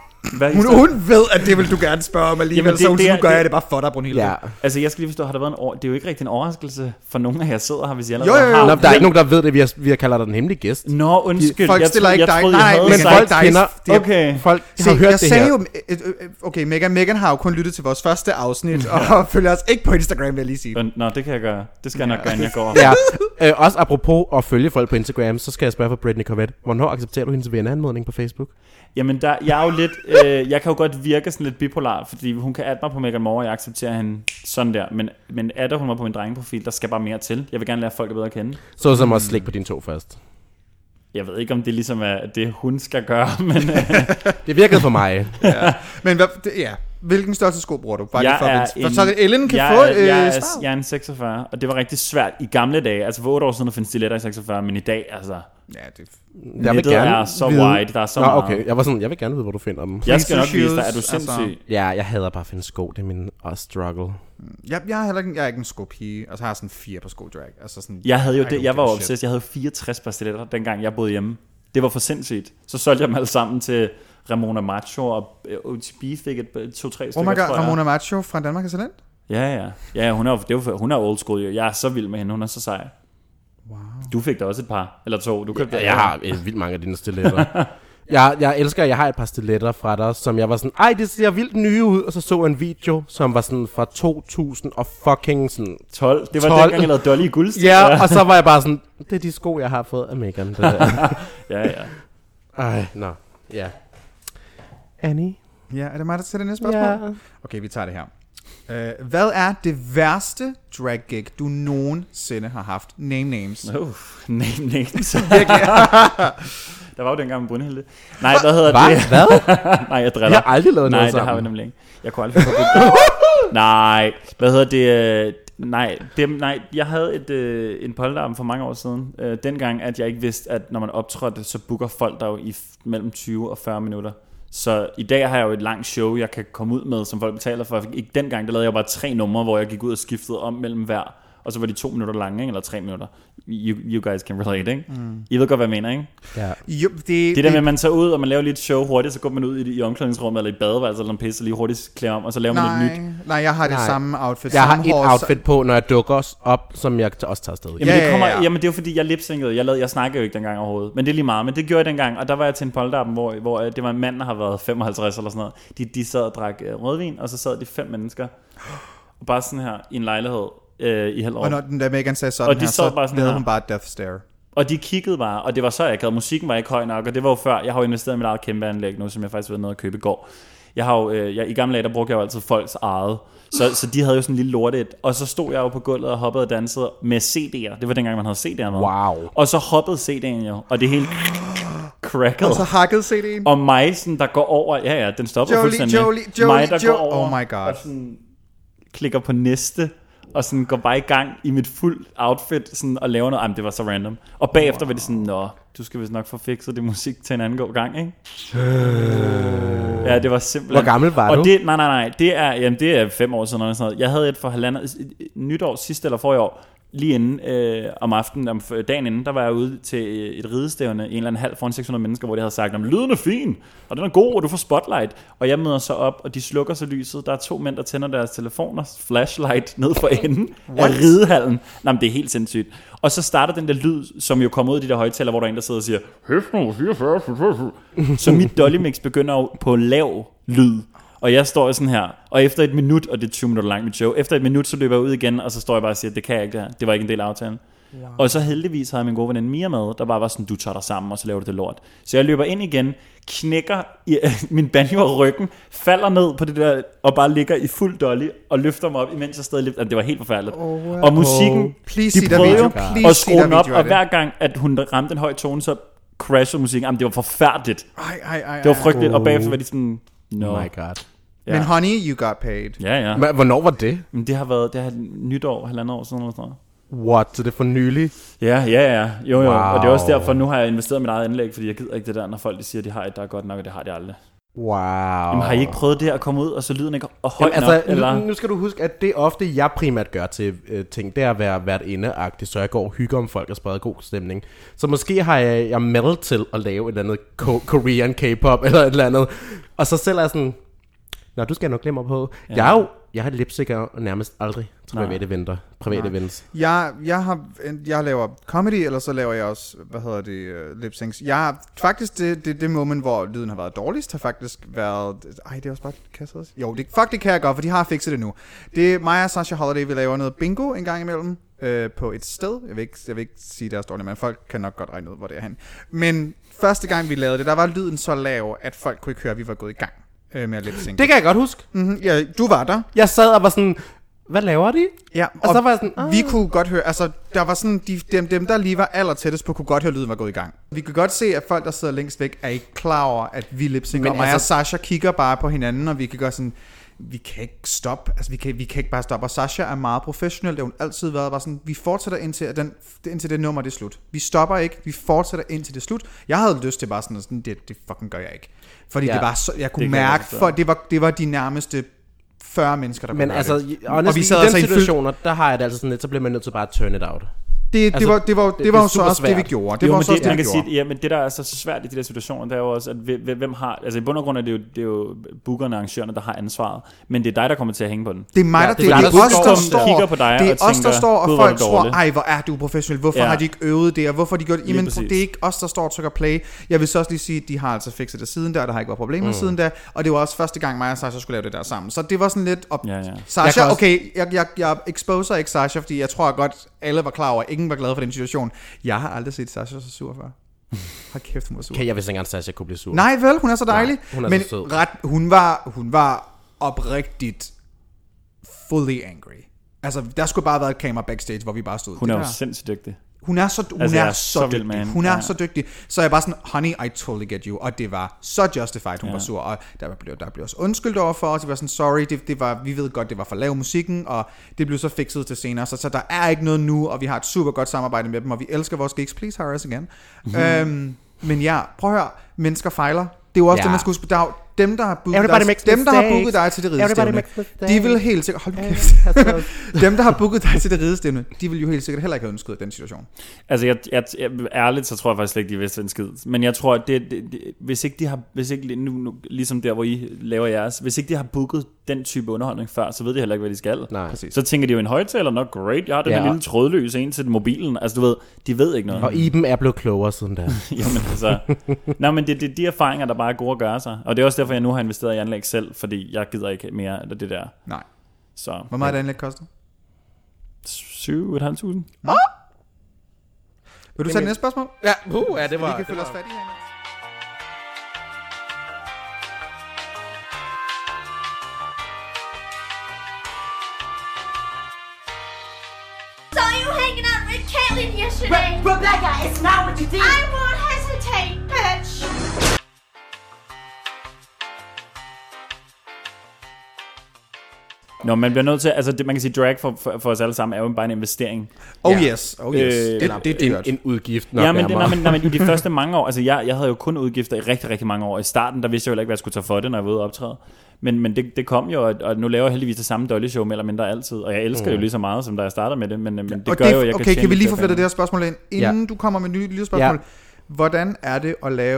Hun ved, at det vil du gerne spørge om alligevel, Jamen, så nu gør jeg det bare for dig, Brunhilde. Ja. Altså, jeg skal lige forstå, har der været det er jo ikke rigtig en overraskelse for nogen af jer sidder her, hvis jeg Jo. allerede har. Nå, der er ikke nogen, der ved det. Vi har kalder dig den hemmelige gæst. Nå, undskyld. Folk stiller ikke dig. Nej, Men folk kender... Okay. Folk Se, har hørt jeg det sagde her. jo, okay, Megan har jo kun lyttet til vores første afsnit, og følger os ikke på Instagram, vil jeg lige sige. Nå, det kan jeg gøre. Det skal jeg nok gøre, inden jeg går. Ja, også apropos at følge folk på Instagram, så skal jeg spørge for Brittany Corvette. Hvornår accepterer du hendes venneanmodning på Facebook? Jamen, jeg er jo lidt... jeg kan jo godt virke sådan lidt bipolar, fordi hun kan adde mig på Megan Moore, og jeg accepterer hende sådan der. Men adder hun mig på min drengeprofil, der skal bare mere til. Jeg vil gerne lære folk at bedre at kende. Så som også slik på din tog først. Jeg ved ikke, om det ligesom er det, hun skal gøre, men... Det virkede for mig. Ja. Men hvilken størrelse sko bruger du? Bare Jeg lige for så Ellen kan jeg få er en 46, og det var rigtig svært i gamle dage. Altså for 8 år siden at finde stiletter i 46, men i dag, altså... Ja, det Jeg vil nettet gerne er så vide... wide, der er så meget. Okay. Jeg var sådan, jeg vil gerne vide, hvor du finder dem. Jeg skal nok Shoes, vise dig, er du sindssyg? Ja, jeg hader bare at finde sko. Det er min struggle. Jeg er ikke en skopige, og så har jeg sådan 4 på skodrag. Altså sådan, Jeg havde jo I don't jeg var give a obsessed. Jeg havde 64 par stiletter, dengang jeg boede hjemme. Det var for sindssygt. Så solgte jeg dem alle sammen til Ramona Macho, og OTB fik 2-3 stykker, Oh my god, tror jeg. Ramona Macho fra Danmark er Talent? Ja, hun er old school. Jeg er så vild med hende, hun er så sej. Wow. Du fik da også et par, eller 2. Du købte Jeg har vildt mange af dine stiletter. Jeg elsker, at jeg har et par stiletter fra dig, som jeg var sådan, ej, det ser vildt nye ud, og så en video, som var sådan fra 2000 og fucking sådan 12. Det var 12. dengang, jeg lavede Dolly i guldstil. Ja, og så var jeg bare sådan, det er de sko, jeg har fået af Megan. Det der. Ja. Ej, nå, ja. Annie? Ja, er det mig, der sætter næste spørgsmål? Ja. Okay, vi tager det her. Hvad er det værste drag gig, du nogensinde har haft? Name names. Name names. Der var jo dengang med Brunhilde. Nej, hvad hedder det? Hvad? Nej, jeg driller. Jeg har aldrig lavet noget Nej, sammen. det har vi nemlig ikke. Jeg kunne aldrig få Nej, hvad hedder det? Nej, jeg havde en polterappen for mange år siden. Dengang, at jeg ikke vidste, at når man optrådte, så booker folk der jo i mellem 20 og 40 minutter. Så i dag har jeg jo et langt show, jeg kan komme ud med, som folk betaler for. Ikke dengang, der lavede jeg bare 3 numre, hvor jeg gik ud og skiftede om mellem hver. Og så var de 2 minutter lange, ikke? Eller 3 minutter. You guys can relate, ikke? I ved godt, hvad jeg mener, ikke? Ja. Jo, Det der med, at man tager ud, og man laver lige et show hurtigt, så går man ud i omklædningsrummet, eller i badeværelset, eller en pisse, lige hurtigt klæder om, og så laver man lidt nyt. Nej, jeg har det samme outfit. Jeg har samme et hår, outfit på, når jeg dukker os som jeg også tager afsted. Jamen, Ja. Jamen det er jo fordi, jeg lipsynkede. Jeg snakkede jo ikke dengang overhovedet. Men det er lige meget. Men det gjorde jeg dengang. Og der var jeg til en polterappen, hvor det var en mand, der har været 55 eller sådan noget. De sad og drak rødvin, og så sad de 5 mennesker. Og bare sådan her i en lejlighed i Hellerup. Og når den der Megan sagde sådan Og de her, sad så bare sådan lavede her. hun bare death stare. Og de kiggede bare, og det var så akavet. Musikken var ikke høj nok, og det var jo før. Jeg har jo investeret i mit eget kæmpe anlæg nu, som jeg faktisk ved noget at købe i går. Jeg har jo, i gamle dage, der brugte jeg jo altid folks eget. Så de havde jo sådan en lille lortet. Og så stod jeg jo på gulvet og hoppede og dansede med CD'er. Det var dengang, man havde CD'er med. Wow. Og så hoppede CD'en jo, og det hele crackede. Og så hakkede CD'en. Og mig, sådan, der går over... Ja, den stopper fuldstændig. Jolie, mig, der går over oh my god. og sådan klikker på næste, og sådan går bare i gang i mit fuld outfit, sådan, og laver noget. Ej, det var så random. Og bagefter var det sådan, nå, du skal vist nok få fikset det musik til en anden gang, ikke? Ja, det var simpelthen... Hvor gammel var du? Det, nej, det er 5 år siden, eller sådan noget. Jeg havde et for nytår sidste eller forrige år, lige inden om aftenen, dagen inden, der var jeg ude til et ridestævne i en eller anden halv foran 600 mennesker, hvor de havde sagt, lyden er fin, og den er god, og du får spotlight. Og jeg møder så op, og de slukker så lyset. Der er 2 mænd, der tænder deres telefoner, flashlight ned for enden af ridehallen. Nej, men det er helt sindssygt. Og så starter den der lyd, som jo kommer ud af de der højtaler, hvor der er en, der sidder og siger, Høfno, 44. Så mit Dolly Mix begynder jo på lav lyd. Og jeg står sådan her, og efter 1 minut, og det er 20 minutter langt mit show, efter 1 minut, så løber jeg ud igen, og så står jeg bare og siger, det kan jeg ikke det her. Det var ikke en del af aftalen. Wow. Og så heldigvis havde min gode veninde Mia med, der bare var sådan, du tager dig sammen, og så laver du det lort. Så jeg løber ind igen, knækker min banjo af ryggen, falder ned på det der, og bare ligger i fuld dolly, og løfter mig op, imens jeg stadig løfter. Det var helt forfærdeligt. Og musikken, de prøvede jo at skrue den op, og hver gang, at hun ramte en høj tone, så crashede musikken. Jamen, det var forfærdeligt. Det var frygteligt, og bagefter var de sådan, no. Oh my god. Ja. Men honey, you got paid. Ja. Men hvornår var det? Men det har været nytår, 1,5 år, sådan noget. What? Så det er for nylig? Ja. Jo. Wow. Og det er også derfor, nu har jeg investeret mit eget anlæg, fordi jeg gider ikke det der, når folk de siger, de har et, der er godt nok, og det har de aldrig. Wow. Jamen, har I ikke prøvet det at komme ud, og så lyden ikke højt nok? Eller? Nu skal du huske, at det ofte, jeg primært gør til ting, det er at være værtindeagtig, så jeg går og hygger om folk og spreder god stemning. Så måske har jeg meldt til at lave et eller andet Korean K-pop eller et eller andet. Og så selv er sådan, nå, du skal nok glemme på. Ja. Jeg har lipsynker nærmest aldrig til private events. Jeg laver comedy, eller så laver jeg også, lip-syncs. Jeg faktisk det moment, hvor lyden har været dårligst, har faktisk været... det er også bare... Kan jeg jo, det kan jeg godt, for de har fikset det nu. Det er mig og Sasha Holiday, vi laver noget bingo en gang imellem på et sted. Jeg vil ikke sige deres dårligt, men folk kan nok godt regne ud, hvor det er hen. Men første gang vi lavede det, der var lyden så lav, at folk kunne ikke høre, at vi var gået i gang med at lip-sync. Det kan jeg godt huske. Ja, du var der. Jeg sad og var sådan, hvad laver de? Ja, og så var jeg sådan, vi kunne godt høre, altså der var sådan, dem der lige var aller tættest på, kunne godt høre, lyden var gået i gang. Vi kunne godt se, at folk der sidder længst væk, er ikke klar over, at vi lip-synker. Og mig og Sasha kigger bare på hinanden, og vi kan gøre sådan, vi kan ikke stoppe, altså vi kan ikke bare stoppe. Og Sasha er meget professionel, det har hun altid været, bare sådan, vi fortsætter indtil det nummer det er slut. Vi stopper ikke, vi fortsætter indtil det er slut. Jeg havde lyst til bare sådan det fucking gør jeg ikke. Fordi det var så, jeg kunne mærke, for det var de nærmeste 40 mennesker, der kunne men altså, og vi sad i den situationer, der har jeg det altså sådan lidt, så bliver man nødt til bare at turn it out. Det var så også det, vi gjorde. Det var så man kan sige, ja, men det der er så svært i de der situationer, det er jo også, at hvem har, altså i bund og grund er det jo bookerne og arrangørerne, der har ansvaret, men det er dig, der kommer til at hænge på den. Det er mig, der det er os, der står, og folk tror, ej, hvor er du professionel, hvorfor har de ikke øvet det, og hvorfor har de gjort, jamen det er ikke os, der står og trykker play. Jeg vil så også lige sige, at de har altså fikset det siden der, der har ikke været problemer siden der, og det var også første gang mig og Sasha skulle lave det der sammen. Så det var sådan lidt Sasha, okay, jeg exposer ikke Sasha, fordi jeg tror godt alle var klar over, ingen var glad for den situation. Jeg har aldrig set Sasha så sur før. Hold kæft, hun var sur. Okay, jeg vidste ikke engang, Sasha kunne blive sur. Nej vel, hun er så dejlig. Nej, hun er så sød. Hun var oprigtigt fully angry. Altså, der skulle bare have været et kamera backstage, hvor vi bare stod. Hun er jo sindssygt dygtig. Hun er så dygtig. Så jeg bare sådan, honey, I totally get you. Og det var så justified, hun var sur. Og der blev også undskyldt over for os. Det var sådan, sorry, vi ved godt, det var for lav musikken. Og det blev så fikset til senere. Så der er ikke noget nu, og vi har et super godt samarbejde med dem. Og vi elsker vores gigs. Please hire us again. Men ja, prøv at høre. Mennesker fejler. Det er jo også det, man skal huske på. Dem, der har booket dig til det ridestævne, de vil helt sikkert... Hold kæft. Dem, der har booket dig til det ridestævne, de vil jo helt sikkert heller ikke have ønsket den situation. Altså, jeg ærligt, så tror jeg faktisk ikke, de vidste en skid. Men jeg tror, at hvis ikke nu, ligesom der, hvor I laver jeres, hvis ikke de har booket den type underholdning før, så ved de heller ikke, hvad de skal. Nej. Så tænker de jo, en højtaler, nok great, jeg har den her lille trådløs en til mobilen. Altså, du ved, de ved ikke noget. Og Iben er blevet klogere siden der. Jamen altså... Nej, men det er de erfaringer, der bare er gode at gøre sig. Og det er også derfor, jeg nu har investeret i anlæg selv, fordi jeg gider ikke mere af det der. Nej. Så, hvor meget anlæg koster? 7.500. Vil du tage det næste spørgsmål? Ja, det var... Vi kan følge os fat i her. Saw you hanging out with Caitlyn yesterday. Rebecca, it's not what you think. I won't hesitate, bitch. Nå, man bliver nødt til, altså det, man kan sige, drag for os alle sammen er jo bare en investering. Yes. Det er dyrt. En udgift nok. Ja, men i de første mange år, altså jeg havde jo kun udgifter i rigtig, rigtig mange år. I starten, der vidste jeg jo ikke, hvad jeg skulle tage for det, når jeg var ude og optræde. Men det kom jo, og nu laver jeg heldigvis det samme Dolly Show, mere eller mindre altid. Og jeg elsker jo lige så meget, som da jeg startede med det, men det gør jo, jeg kan kan vi lige få flettet det her spørgsmål ind, inden du kommer med nye spørgsmål. Ja. Hvordan er det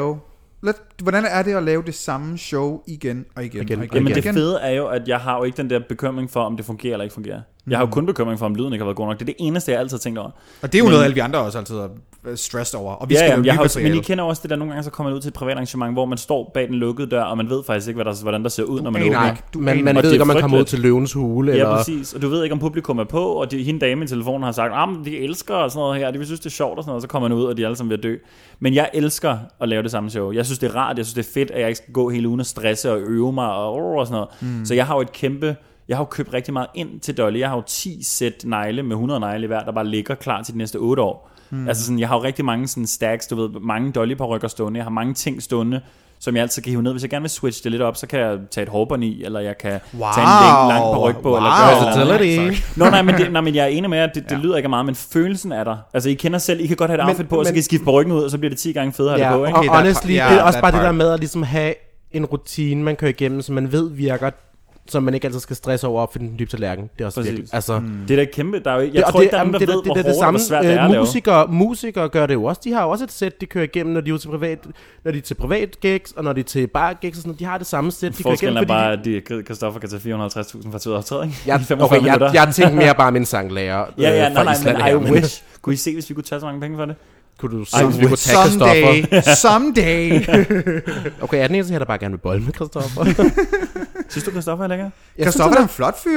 at lave det samme show igen og igen? Jamen det fede er jo, at jeg har jo ikke den der bekymring for, om det fungerer eller ikke fungerer. Jeg har jo kun bekymring for, om lyden ikke har været god nok. Det er det eneste, jeg altid har tænkt over. Og det er jo noget, alle vi andre også altid har stressed over. Og vi skal jo men I kender også det der, nogle gange så kommer man ud til et privat arrangement, hvor man står bag den lukkede dør, og man ved faktisk ikke, hvordan der ser ud, når man åbner. Man ved ikke, om man kommer ud til løvens hule. Ja, præcis. Og du ved ikke, om publikum er på, og hende dame i telefonen har sagt, de elsker og sådan noget her, de vil synes, det er sjovt og sådan noget, og så kommer man ud, og de er alle sammen ved at dø. Men jeg elsker at lave det samme show. Jeg synes, det er rart, jeg synes, det er fedt, at jeg ikke skal gå hele ugen og stresse og øve mig og sådan noget. Så jeg har jo købt rigtig meget ind til Dolly. Jeg har jo 10 sæt negle med 100 negle hver, der bare ligger klar til de næste 8 år. Altså sådan, jeg har jo rigtig mange sådan stacks, du ved, mange Dolly-parykker stående. Jeg har mange ting stående, som jeg altid kan hive ned. Hvis jeg gerne vil switche det lidt op, så kan jeg tage et hårbånd i, eller jeg kan tage en lang paryk på, eller gøre noget. Men jeg er enig med, at det lyder ikke meget, men følelsen er der. Altså, I kender selv, I kan godt have et outfit på, og så kan I skifte parykken ud, og så bliver det 10 gange federe at have det på, ikke? Og honestly, det er også bare det der med at ligesom have en rutine, man kører igennem, som man ved virker, som man ikke altid skal stresse over op for den dybe tallerken. Det er også virkelig. Altså, det er da kæmpe. Der er jo, jeg tror ikke, der er nogen, der ved, hvor hårdt og hvor svært det er at lave. Musikere gør det jo også. De har jo også et sæt, de kører igennem, når de er til privat gigs, og når de er til bar gigs, og sådan, de har det samme sæt, de kører igennem. Forskellen er bare, at Christoffer kan tage 450.000 for 2 optræd, ikke? Jeg tænkte mere bare min sanglærer. Nej, men I wish. Kunne I se, hvis vi kunne tage så mange penge for det? Kunne du se, hvis vi kunne tage Christoffer? Someday. Okay, er den eneste her, der bare gerne vil bolle med Christoffer? Synes du, Christoffer er lækker? Christoffer er en flot fyr.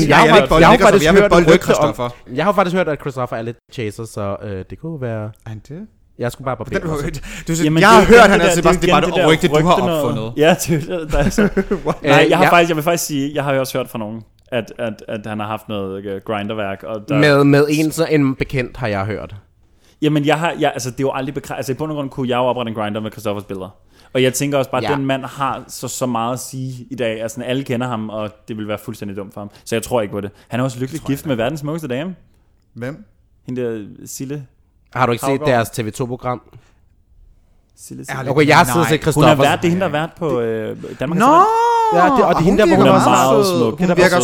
Jeg har faktisk hørt, at Christoffer er lidt chaser, så det kunne være... det? Jeg skulle bare barbere mig. Jeg har hørt, han er Sebastian, det er bare det rygte, du har opfundet. Ja, det er så. Nej, jeg vil faktisk sige, jeg har jo også hørt fra nogen, at han har haft noget grinderværk. Med en bekendt har jeg hørt. Jamen, altså, det er jo aldrig bekræftet. Altså, i bund og grund kunne jeg jo oprette en grinder med Christoffers billeder. Og jeg tænker også bare, at den mand har så meget at sige i dag. Altså, alle kender ham, og det vil være fuldstændig dumt for ham. Så jeg tror ikke på det. Han er også lykkeligt gift med verdens smukkeste dame. Hvem? Hende der Sille. Har du ikke set deres TV2-program? Sille. Okay, jeg har siddet og set Christoffer. Hun er vært, det er hende, der har været på Danmark. Ja, og det er hende der, hvor hun er meget smuk. Hun virker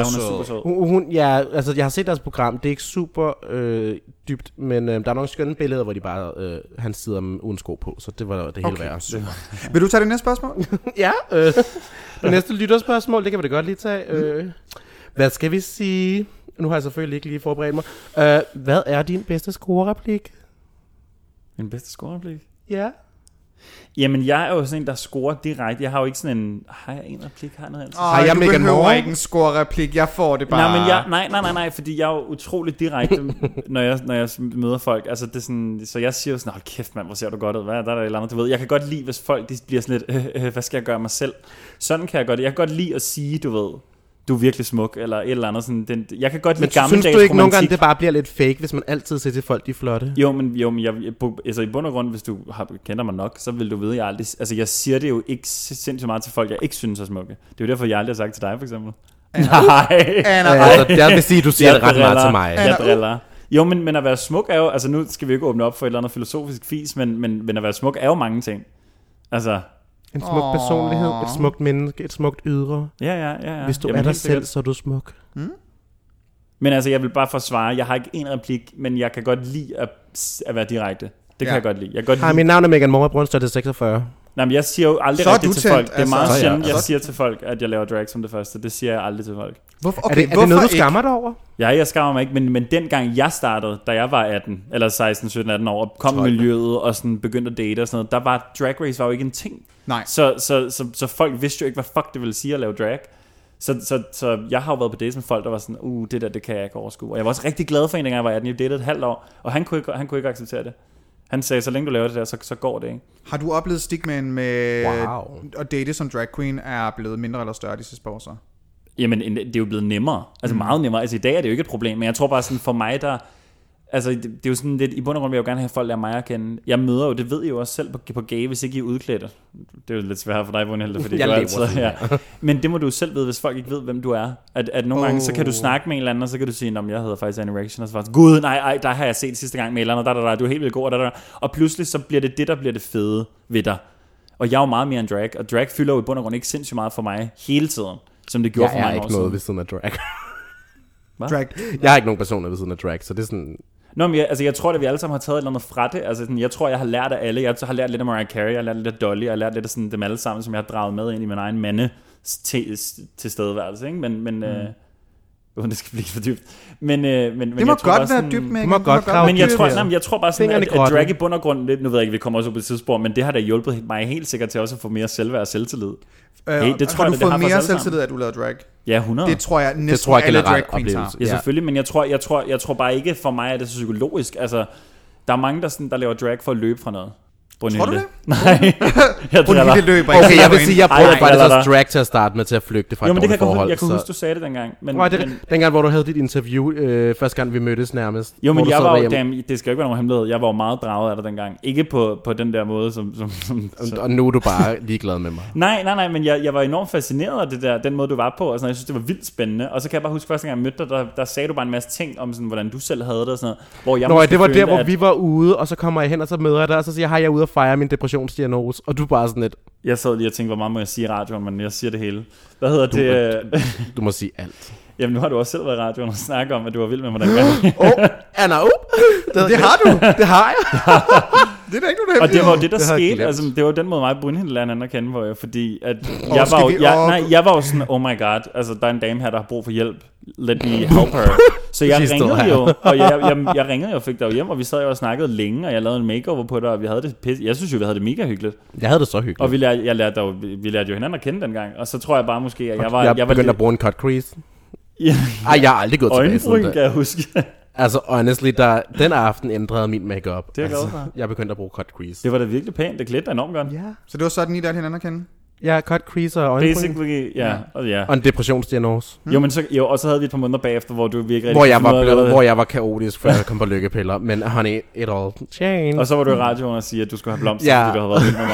super sød. Altså, jeg har set deres program. Det er ikke super dybt, men der er nogle skønne billeder, hvor de bare han sidder uden sko på, så det var det hele værd. Vil du tage det næste spørgsmål? Ja, det næste lytterspørgsmål, det kan vi da godt lige tage. Hvad skal vi sige? Nu har jeg selvfølgelig ikke lige forberedt mig. Hvad er din bedste scorereplik? Min bedste scorereplik? Ja. Jamen, jeg er jo sådan en, der scorer direkte. Jeg har jo ikke sådan en... Har jeg en replik? Har jeg noget altid? Har jeg Megan Moore? Ikke en score-replik. Jeg får det bare... Nej, fordi jeg er jo utrolig direkte, når jeg møder folk. Altså, det er sådan... Så jeg siger jo sådan, kæft mand, hvor ser du godt ud. Hvad er der et eller andet, du ved? Jeg kan godt lide, hvis folk de bliver sådan lidt... hvad skal jeg gøre mig selv? Sådan kan jeg godt... Jeg kan godt lide at sige, du ved... Du er virkelig smuk, eller et eller andet sådan. Jeg kan godt lide gammeldags romantik. Men synes du ikke nogle gange, det bare bliver lidt fake, hvis man altid siger til folk, de er flotte? Jo, men altså i bund og grund, hvis du kender mig nok, så vil du vide, jeg aldrig... Altså, jeg siger det jo ikke sindssygt meget til folk, jeg ikke synes er smukke. Det er jo derfor, jeg aldrig har sagt til dig, for eksempel. Nej. Jeg vil sige, du siger det ret meget til mig. Jeg driller. Jo, men at være smuk er jo... Altså, nu skal vi ikke åbne op for et eller andet filosofisk fis, men at være smuk er jo mange ting. Altså... En smuk personlighed, et smukt menneske, et smukt ydre. Ja. Hvis du er dig selv, så er du smuk. Men altså, jeg vil bare forsvare, jeg har ikke en replik, men jeg kan godt lide at være direkte. Det kan jeg godt lide. Mit navn er Megan Moore, Brunstad 46. Nej, men jeg siger jo aldrig rigtigt til folk. Det er meget sjældent, jeg siger til folk, at jeg laver drag som det første. Det siger jeg aldrig til folk. Hvorfor? Okay, er det noget, du skammer dig over? Ja, jeg skammer mig ikke, men dengang jeg startede, da jeg var 18, eller 16, 17, 18 år, og kom i miljøet og sådan begyndte at date og sådan noget, der var Drag Race var jo ikke en ting. Nej. Så folk vidste jo ikke, hvad fuck det ville sige at lave drag. Så jeg har jo været på dates med folk, der var sådan, det kan jeg ikke overskue. Og jeg var også rigtig glad for en, dengang jeg var 18. Jeg datede et halvt år, og han kunne ikke acceptere det. Han sagde, så længe du laver det der, så går det, ikke? Har du oplevet stigmaen med at date som drag queen er blevet mindre eller større de sidste år så? Jamen, det er jo blevet nemmere. Altså meget nemmere. Altså i dag er det jo ikke et problem, men jeg tror bare sådan for mig, der... Altså, det er jo sådan lidt... I bund og grund vil jeg jo gerne have folk lære mig at kende. Jeg møder jo, det ved I jo også selv på gay, hvis ikke I er udklædte. Det er jo lidt svært for dig, Brunhilde, fordi jeg du altid... Ja. Men det må du jo selv vide, hvis folk ikke ved, hvem du er. At nogle gange, så kan du snakke med en eller anden, og så kan du sige, jeg hedder faktisk Annie Reaction, og så faktisk, gud, nej, der har jeg set sidste gang med en eller anden, du er helt vildt god, og pludselig så bliver det, der bliver det fede ved dig. Og jeg er jo meget mere end drag, og drag fylder jo i bund og grund ikke sindssygt meget for mig hele tiden, som det gjorde for mig. Jeg er ikke noget ved siden af drag. Drag. Jeg har ikke nogen personer ved siden af drag, så det er sådan... Nå, men jeg tror, at vi alle sammen har taget et eller andet fra det. Altså, sådan, jeg tror, jeg har lært af alle. Jeg har lært lidt af Mariah Carey, jeg har lært lidt af Dolly, jeg har lært lidt af sådan, dem alle sammen, som jeg har draget med ind i min egen tilstedeværelse. Ikke? Men uden det skal blive for dybt. Men det må godt være dybt, men jeg tror bare sådan, at drag i bund og grund lidt, nu ved jeg ikke, vi kommer også på et tidspunkt, men det har da hjulpet mig helt sikkert til også at få mere selvværd og selvtillid. Det tror har du fået mere selvtillid, at du lavede drag? Ja, 100. Det tror jeg næsten alle drag queens har. Ja, selvfølgelig, men jeg tror bare ikke, for mig er det så psykologisk. Altså, der er mange, der laver drag for at løbe fra noget. Tror du det? Nej. Brunhilde løber ikke. Okay, jeg vil sige, jeg prøvede faktisk også drag til at starte med til at flygte fra et dårligt forhold. Jeg kan huske, du sagde det dengang. Dengang, hvor du havde dit interview, første gang vi mødtes nærmest. Jo, men jeg var jo, det skal jo ikke være nogen hemmelighed. Jeg var jo meget draget af dig dengang. Ikke på den der måde, som og nu er du bare ligeglad med mig. Nej, men jeg var enormt fascineret af det der, den måde, du var på. Og sådan, jeg synes, det var vildt spændende. Og så kan jeg bare huske, første gang jeg mødte dig, der sagde du bare en masse ting om, sådan, hvordan du selv havde det og sådan noget. Hvor jeg det var der, hvor vi var ude, og så kommer jeg hen, og så møder jeg dig, og så siger jeg, jeg er ude og fejre min depressionsdiagnose, og du er bare sådan lidt... Jeg sad lige og tænkte, hvor meget må jeg sige i radioen, men jeg siger det hele. Hvad hedder det? Du må sige alt. Jamen, nu har du også selv været i radioen og snakket om, at du var vild med mig dengang. Anna, det har du. Det har jeg. Det er da ikke nogen, og det var jo det, der skete. Altså, det var den måde, mig og Brunhilde lærte hinanden at kende på, fordi at jeg var jo sådan, oh my god, altså der er en dame her, der har brug for hjælp. Let me help her. Så jeg ringede jo, og jeg ringede jo og fik dig hjem, og vi sad jo og snakkede længe, og jeg lavede en makeover på dig, og vi havde det pisse. Jeg synes jo, vi havde det mega hyggeligt. Jeg havde det så hyggeligt. Og vi lærte jo hinanden at kende dengang, og så tror jeg bare måske, at jeg begyndte at bruge en cut crease. Jeg har aldrig gået tilbage sådan det. Kan jeg huske. Altså honestly, den aften ændrede min makeup. Det er godt. Jeg begyndte at bruge cut crease. Det var da virkelig pænt. Det klædte dig enormt godt. Ja. Så det var sådan, I lærte hinanden at kende? Ja, cut crease og øjenbryn. Basically, ja. Og en depressionsdiagnose. Jo, og så havde vi et par måneder bagefter, hvor du virkelig hvor jeg var kaotisk, før jeg kom på lykkepiller. Men honey, it all changed. Og så var du i radioen og sige, at du skulle have blomster, fordi du havde været vild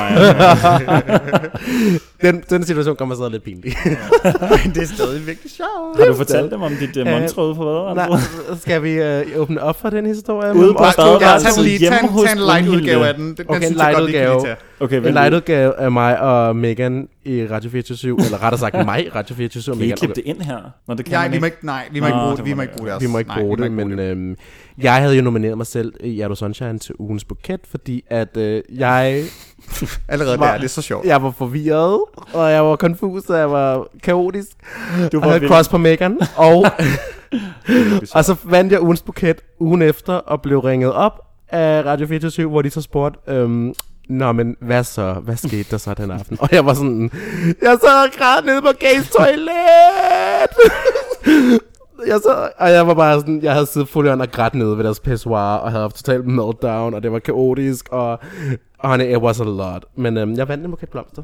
med mig. Den situation kommer så lidt pinlig. Det er stadig virkelig sjovt. Har du fortalt dem om dit monster ude på hvad? Nej, skal vi åbne op for den historie? Ude på Tag en light-udgave af den. Okay, en light-udgave. En light-udgave af mig og Megan i Radio 24/7, eller rettere sagt mig i Radio 24/7. Kan I klippe det ind her? Når det kan vi må ikke bruge det. Vi må ikke bruge det, men jeg havde jo nomineret mig selv i Hjerdo Sunshine til ugens buket, fordi at jeg... Allerede der, det er så sjovt. Jeg var forvirret, og jeg var confus, og jeg var kaotisk. Du var havde cross på Megan, og så vandt jeg ugens buket ugen efter, og blev ringet op af Radio 24/7, hvor de så spurgte... Nå, men hvad så? Hvad skete der så den aften? Og jeg var sådan... Jeg sad og græd nede på Gays toilet! Og jeg var bare sådan... Jeg havde siddet fuldt og grædt nede ved deres pissoir, og havde haft totalt meltdown, og det var kaotisk, og honey, it was a lot. Men jeg vandt en buket blomster.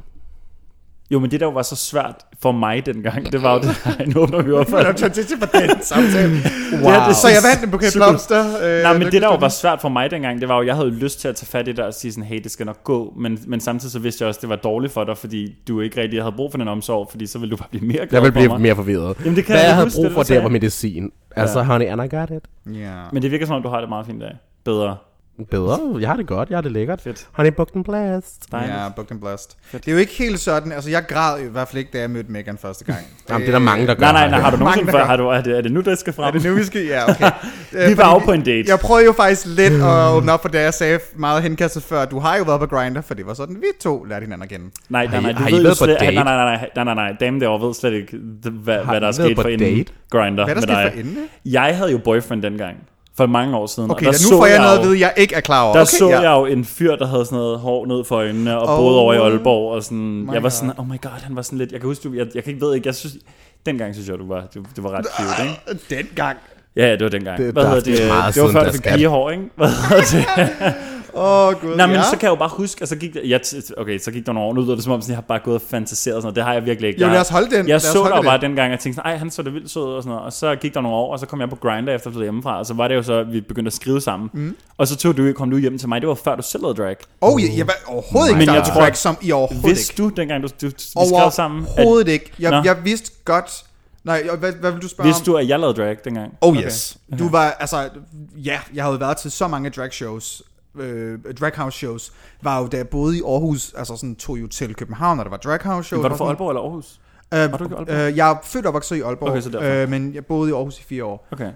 Jo, men det der var så svært for mig dengang, det var jo det, nu åbner vi op for det. For den samtale. Wow. Så jeg vandt en buket blomster. Nej, men det der var svært for mig dengang, det var jo, jeg havde lyst til at tage fat i det og sige sådan, hey, det skal nok gå, men samtidig så vidste jeg også, det var dårligt for dig, fordi du ikke rigtig havde brug for den omsorg, fordi så ville du bare blive mere glad for mig. Jeg ville blive mere forvirret. Jamen, det kan hvad jeg havde brug for, det var medicin. Altså, honey, and I got it. Men det virker som om, du har det meget fint af. Bedre. Jeg har det godt, jeg har det lækkert. Fedt. Honey, booked and blessed. Ja, booked and blessed. Det er jo ikke helt sådan, altså jeg græd i hvert fald ikke, da jeg mødte Megan første gang. Jamen, det er der mange, der gør. Nej, har du nogensinde før? Er det nu, det skal frem? Er det nu, vi skal? Ja, okay. Vi var af på en date. Jeg prøvede jo faktisk lidt at åbne op for det, jeg sagde meget henkastet før. Du har jo været på Grindr, for det var sådan, vi to lærte hinanden at kende. Nej, har I været på date? Nej, damen derovre ved slet ikke, hvad der er sket for inden Grindr. Hvad der skete for inden? Jeg havde jo boyfriend dengang. For mange år siden. Okay, nu får jeg noget at vide, jeg ikke er klar over. Der så jeg jo en fyr, der havde sådan noget hår ned for øjnene, og boede over i Aalborg, og sådan, jeg var sådan, oh my god, han var sådan lidt, jeg kan huske, jeg kan ikke ved ikke, jeg synes, dengang synes jeg, du var ret cute, ikke? Dengang? Ja, det var dengang. Hvad hedder det? Det var før, du fik pigehår, ikke? Hvad hedder det? Gud, nej, men så kan jeg jo bare huske, og så gik så gik der nogle år, nu lyder det som om, sådan, jeg har bare gået og fantaseret og sådan noget. Det har jeg virkelig ikke. Jo, lad os holde den. Jeg så der bare dengang, og tænkte sådan, ej, han så det vildt sød og sådan noget. Og så gik der nogle år, og så kom jeg på Grindr efter at flytte hjemmefra, og så var det jo så, at vi begyndte at skrive sammen. Og så kom du hjem til mig. Det var før du selv lavede drag. Jeg var overhovedet ikke, men jeg tror ikke som i overhovedet ikke. Vidste du dengang vi skrev sammen? Overhovedet ikke. Jeg vidste godt. Nej, hvad vil du spørge Vidste du, at jeg lavede drag dengang? Yes. Okay. Du var, altså, ja, jeg havde været til så mange drag shows. Drag house shows var jo da jeg boede i Aarhus, altså sådan tog jo til København, og der var drag house shows. Var du fra Aalborg eller Aarhus? Jeg er født og vokset i Aalborg, okay, men jeg boede i Aarhus i 4 år. Okay.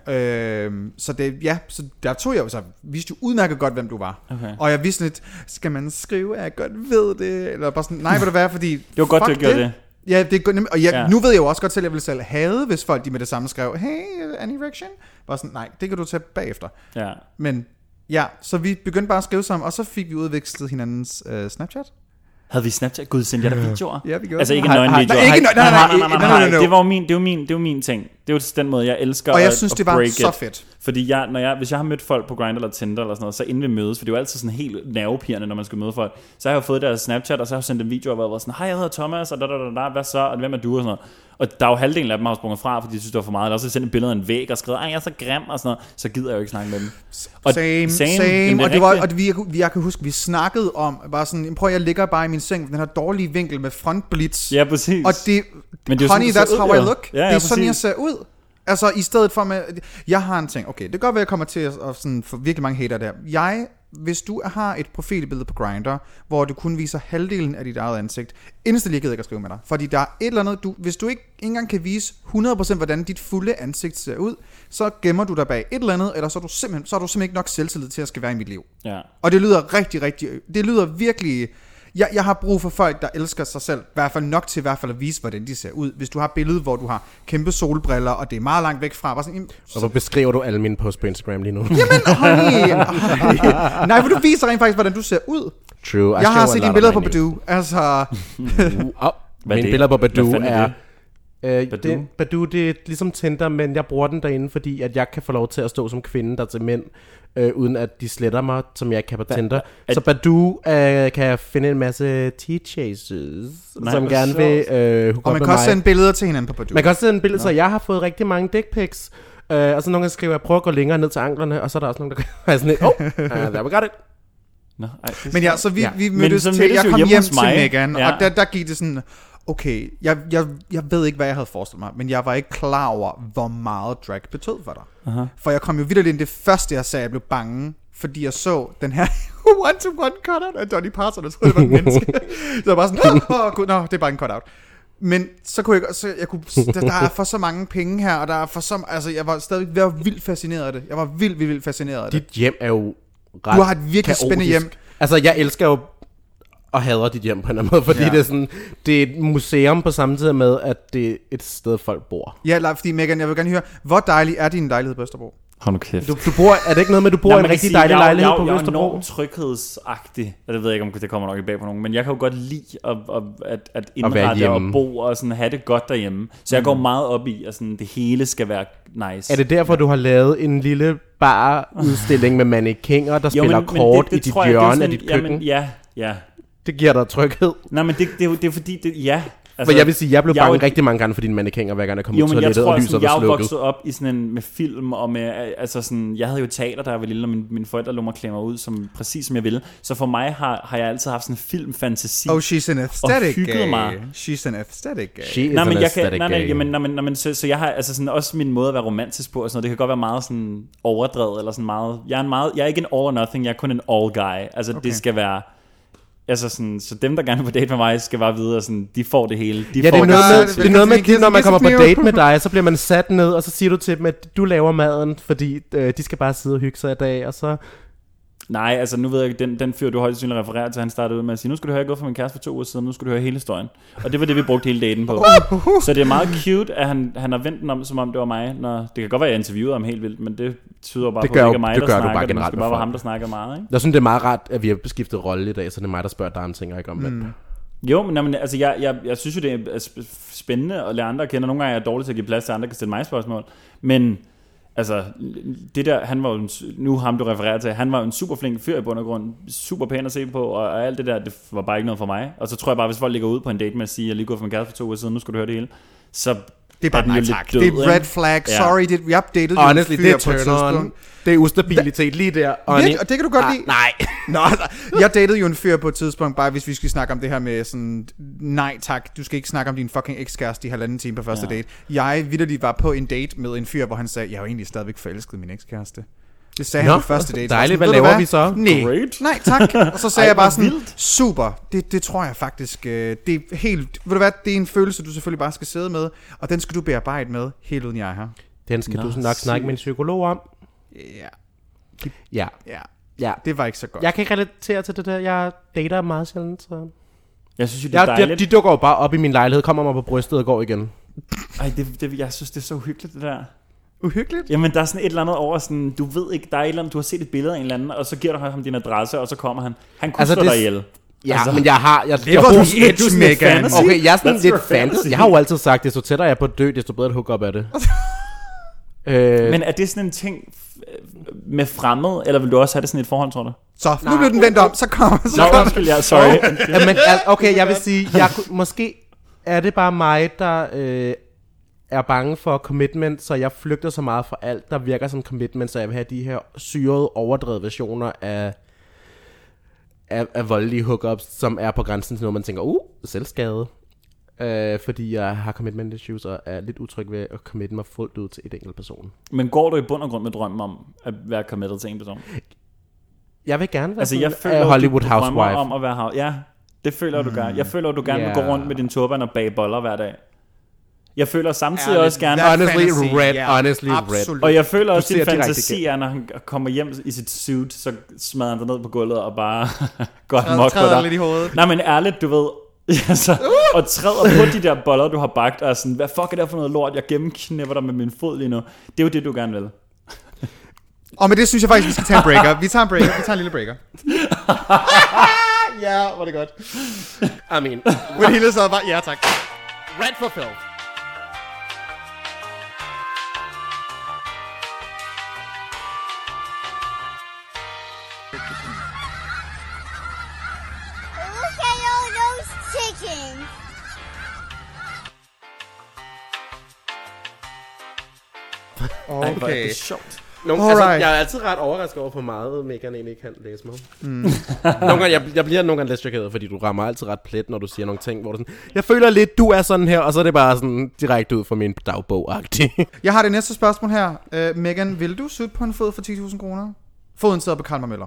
Så der tog jeg jo så vidste jo udmærket godt, hvem du var. Okay. Og jeg vidste lidt, skal man skrive, at jeg godt ved det, eller bare sådan, nej, vil du være, fordi det var godt, du gjorde det. Ja, det er og nu ved jeg jo også godt selv, at jeg ville selv have, hvis folk de med det samme skrev, hey, any erection? Bare sådan, nej, det kan du tage bagefter. Ja. Men ja, så vi begyndte bare at skrive sammen, og så fik vi udvekslet hinandens Snapchat. Havde vi Snapchat? Gud, sendte jeg der videoer? Ja, vi gjorde altså ikke det. nøgenvideoer. Nej. Det var jo min ting. Det er jo den måde, jeg elsker og jeg synes, at det var break så it. fedt. Fordi hvis jeg har mødt folk på Grindr eller Tinder eller sådan noget, så inden vi mødes, for det er jo altid sådan helt nervepirrende, når man skal møde folk, så har jeg jo fået deres Snapchat, og så har jeg sendt en video, hvor jeg var sådan, hej, jeg hedder Thomas, og hvad så, og hvem er du, og sådan noget. Og der er jo halvdelen af dem, har sprunget fra, fordi de synes, det var for meget. Eller også sendt et billede af en væg og skrevet, jeg er så grim, og sådan noget. Så gider jeg jo ikke snakke med dem. Og same. Og det var, jeg kan huske, vi snakkede om, bare sådan, prøv, jeg ligger bare i min seng, den her dårlige vinkel med frontblitz. Ja, præcis. Og det, honey, that's how I look. Ja, det er sådan, jeg ser ud. Altså, i stedet for med... Jeg har en ting. Okay, det kan godt være, jeg kommer til at sådan, få virkelig mange hater der. Hvis du har et profilbillede på Grindr, hvor du kun viser halvdelen af dit eget ansigt, instantly gider jeg ikke at skrive med dig. Fordi der er et eller andet... Hvis du ikke engang kan vise 100% hvordan dit fulde ansigt ser ud, så gemmer du dig bag et eller andet, eller så er du simpelthen ikke nok selvtillid til at skal være i mit liv. Ja. Og det lyder rigtig... Det lyder virkelig... Jeg har brug for folk, der elsker sig selv, i hvert fald nok til i hvert fald at vise, hvordan de ser ud. Hvis du har et billede, hvor du har kæmpe solbriller, og det er meget langt væk fra. Bare sådan, og så beskriver du alle mine posts på Instagram lige nu. Jamen, honey. Nej, for du viser rent faktisk, hvordan du ser ud. True. Jeg har set dine billeder på Badoo. Altså... Mine billeder på Badoo er... Badoo, det er ligesom Tinder, men jeg bruger den derinde, fordi at jeg kan få lov til at stå som kvinde, der til mænd, uden at de sletter mig, som jeg ikke kan på Tinder. Så Badoo kan jeg finde en masse tea-chasers, som gerne vil og man kan også sende billeder til hinanden på Badoo. Man kan også sende billeder, så jeg har fået rigtig mange dick pics, og så nogle gange skriver jeg, prøv at gå længere ned til anklerne, og så er der også nogen, der er sådan lidt, there we got it. Men ja, så vi mødtes til, jeg kom hjem til Megan, og der gik det sådan... Okay, jeg ved ikke, hvad jeg havde forestillet mig, men jeg var ikke klar over, hvor meget drag betød for dig. Uh-huh. For jeg kom jo vildt ind det første, jeg sagde, jeg blev bange, fordi jeg så den her one-to-one cutout af Donny Parson, jeg troede, det var et menneske. Så jeg var sådan, det er bare en cutout. Men så kunne jeg kunne, der er for så mange penge her, og der er for så, altså jeg var stadig vildt fascineret af det. Jeg var vildt fascineret af det. Dit hjem er jo ret Du har et virkelig spændende hjem. Altså jeg elsker jo og hader dit hjem på en eller anden måde, fordi det er sådan, det er et museum på samme tid med, at det er et sted, folk bor. Ja, fordi Megan, jeg vil gerne høre, hvor dejlig er din lejlighed på Østerbro? Hold nu kæft. Du bor, er det ikke noget med, at du bor i en rigtig dejlig lejlighed på Østerbro? Jeg er enormt tryghedsagtig. Jeg ved ikke, om det kommer nok i bag på nogen, men jeg kan jo godt lide at indrette og bo og sådan have det godt derhjemme. Så jeg går meget op i, at sådan, det hele skal være nice. Er det derfor, du har lavet en lille bar-udstilling med mannequiner, der spiller kort i dit hjørne af dit køkken? Ja. Det giver dig tryghed. Nej, men det er fordi, Altså, for jeg vil sige, jeg blev bange rigtig mange gange for dine mannequiner, hver gang jeg kom ud til toilettet, og lyset var slukket. Jeg er vokset op i sådan en, med film, og med, altså sådan, jeg havde jo teater, da jeg var lille, og mine forældre lå mig klemme ud, præcis som jeg ville. Så for mig har jeg altid haft sådan en filmfantasi. Oh, she's an aesthetic gay. She's an aesthetic gay. She is an aesthetic gay. Så jeg har altså sådan også min måde at være romantisk på, og sådan noget. Det kan godt være meget sådan overdrevet, eller sådan meget. Jeg er ikke en all or nothing, jeg er kun en all guy. Altså det skal være... Altså sådan, så dem, der gerne vil på date med mig, skal bare vide, at sådan, de får det hele. Det er noget med, når man kommer på date med dig, så bliver man sat ned, og så siger du til dem, at du laver maden, fordi de skal bare sidde og hygge sig i dag, og så... Nej, altså nu ved jeg ikke, den fyr, du højst synligt refererer til, han startede ud med at sige, nu skal du høre, jeg går for min kæreste for 2 uger siden, nu skal du høre hele historien. Og det var det, vi brugte hele daten på. Så det er meget cute, at han har vendt den om, som om det var mig. Det kan godt være, at jeg interviewede ham helt vildt, men det tyder bare på, at det ikke er mig, der snakker. Det skal bare være ham, der snakker meget, ikke? Jeg synes, det er meget rart, at vi har beskiftet rolle i dag, så det er mig, der spørger dig om ting, og ikke om det. Jo, men altså, jeg synes jo, det er spændende at lære andre at kende. Nogle gange er jeg dårlig til at give plads til andre, kan stille mig spørgsmål. Men... Altså, det der, han var jo nu ham du refererer til, han var jo en super flink fyr i bund og grund, super pæn at se på, og alt det der, det var bare ikke noget for mig. Og så tror jeg bare, hvis folk ligger ud på en date med at sige, jeg lige går for min kæreste for 2 uger siden, nu skal du høre det hele, så det er bare nej tak. Det er red flag. Sorry, vi updated honestly, det er turn on. Det er ustabilitet lige der. Og det kan du godt lide. Nej. Nå, jeg datede jo en fyr på et tidspunkt, bare hvis vi skal snakke om det her med sådan, nej tak, du skal ikke snakke om din fucking ekskæreste i 1,5 time på første date. Jeg vitterligt var på en date med en fyr, hvor han sagde, jeg er jo egentlig stadigvæk forelsket min ekskæreste. Det sagde han på første date. Dejligt, hvad laver vi så? Nej, tak. Og så sagde jeg bare sådan, super, det tror jeg faktisk, det er helt, ved du hvad, det er en følelse, du selvfølgelig bare skal sidde med, og den skal du bearbejde med, helt uden jeg er her. Den skal du nok snakke med en psykolog om. Ja. Det var ikke så godt. Jeg kan ikke relatere til det der, jeg dater meget sjældent, så... Jeg synes jo, det er dejligt. De dukker jo bare op i min lejlighed, kommer mig på brystet og går igen. Ej, jeg synes, det er så uhyggeligt, det der. Uhyggeligt? Jamen, der er sådan et eller andet over sådan, du ved ikke, der er et eller andet, du har set et billede af en eller anden, og så giver du ham din adresse, og så kommer han. Han kunne slå dig ihjel. Ja, altså, men jeg det var du edge, Megan. Okay, jeg er sådan lidt fantasy. Jeg har jo altid sagt, desto tættere jeg er på at dø, desto bedre et hook-up er det. Men er det sådan en ting med fremmed, eller vil du også have det sådan et forhold, tror du? Så, nu blev den vendt om, så kommer undskyld, jeg sorry. Men, okay, jeg vil sige, måske er det bare mig, der er bange for commitment, så jeg flygter så meget fra alt, der virker som commitment, så jeg vil have de her syrede, overdrevet versioner af voldelige hookups, som er på grænsen til noget, man tænker, selvskade. Fordi jeg har commitment issues og er lidt utryg ved at committe mig fuldt ud til et enkelt person. Men går du i bund og grund med drømmen om at være committed til en person? Jeg vil gerne være altså, jeg føler, Hollywood housewife. Om at være ja, det føler du gør. Jeg føler, du gerne vil gå rundt med din turban og bage boller hver dag. Jeg føler samtidig også gerne... Honestly red. Og jeg føler også, din fantasi er, når han kommer hjem i sit suit, så smadrer han dig ned på gulvet og bare går amok på dig. Lidt i hovedet. Nej, men ærligt, du ved... Altså, og træder på de der boller, du har bagt, og sådan, hvad fuck er det for noget lort? Jeg gennemknæpper dig med min fod lige nu. Det er jo det, du gerne vil. Og med det synes jeg faktisk, vi skal tage en breaker. Vi tager en lille breaker. Ja, var det godt. I mean, Will Hilde sad bare, ja tak. Red for Phil. Look at all those chickens. Okay. Ej, det er sjovt. Jeg er altid ret overrasket over, hvor meget Megan egentlig kan læse mig. Nogle gange, jeg bliver nogle gange lidt chokeret, fordi du rammer altid ret plet, når du siger nogle ting, hvor du sådan, jeg føler lidt, du er sådan her, og så er det bare sådan direkte ud fra min dagbog-agtig. Jeg har det næste spørgsmål her. Megan, vil du sutte på en fod for 10.000 kroner? Foden sidder på Karl Møller.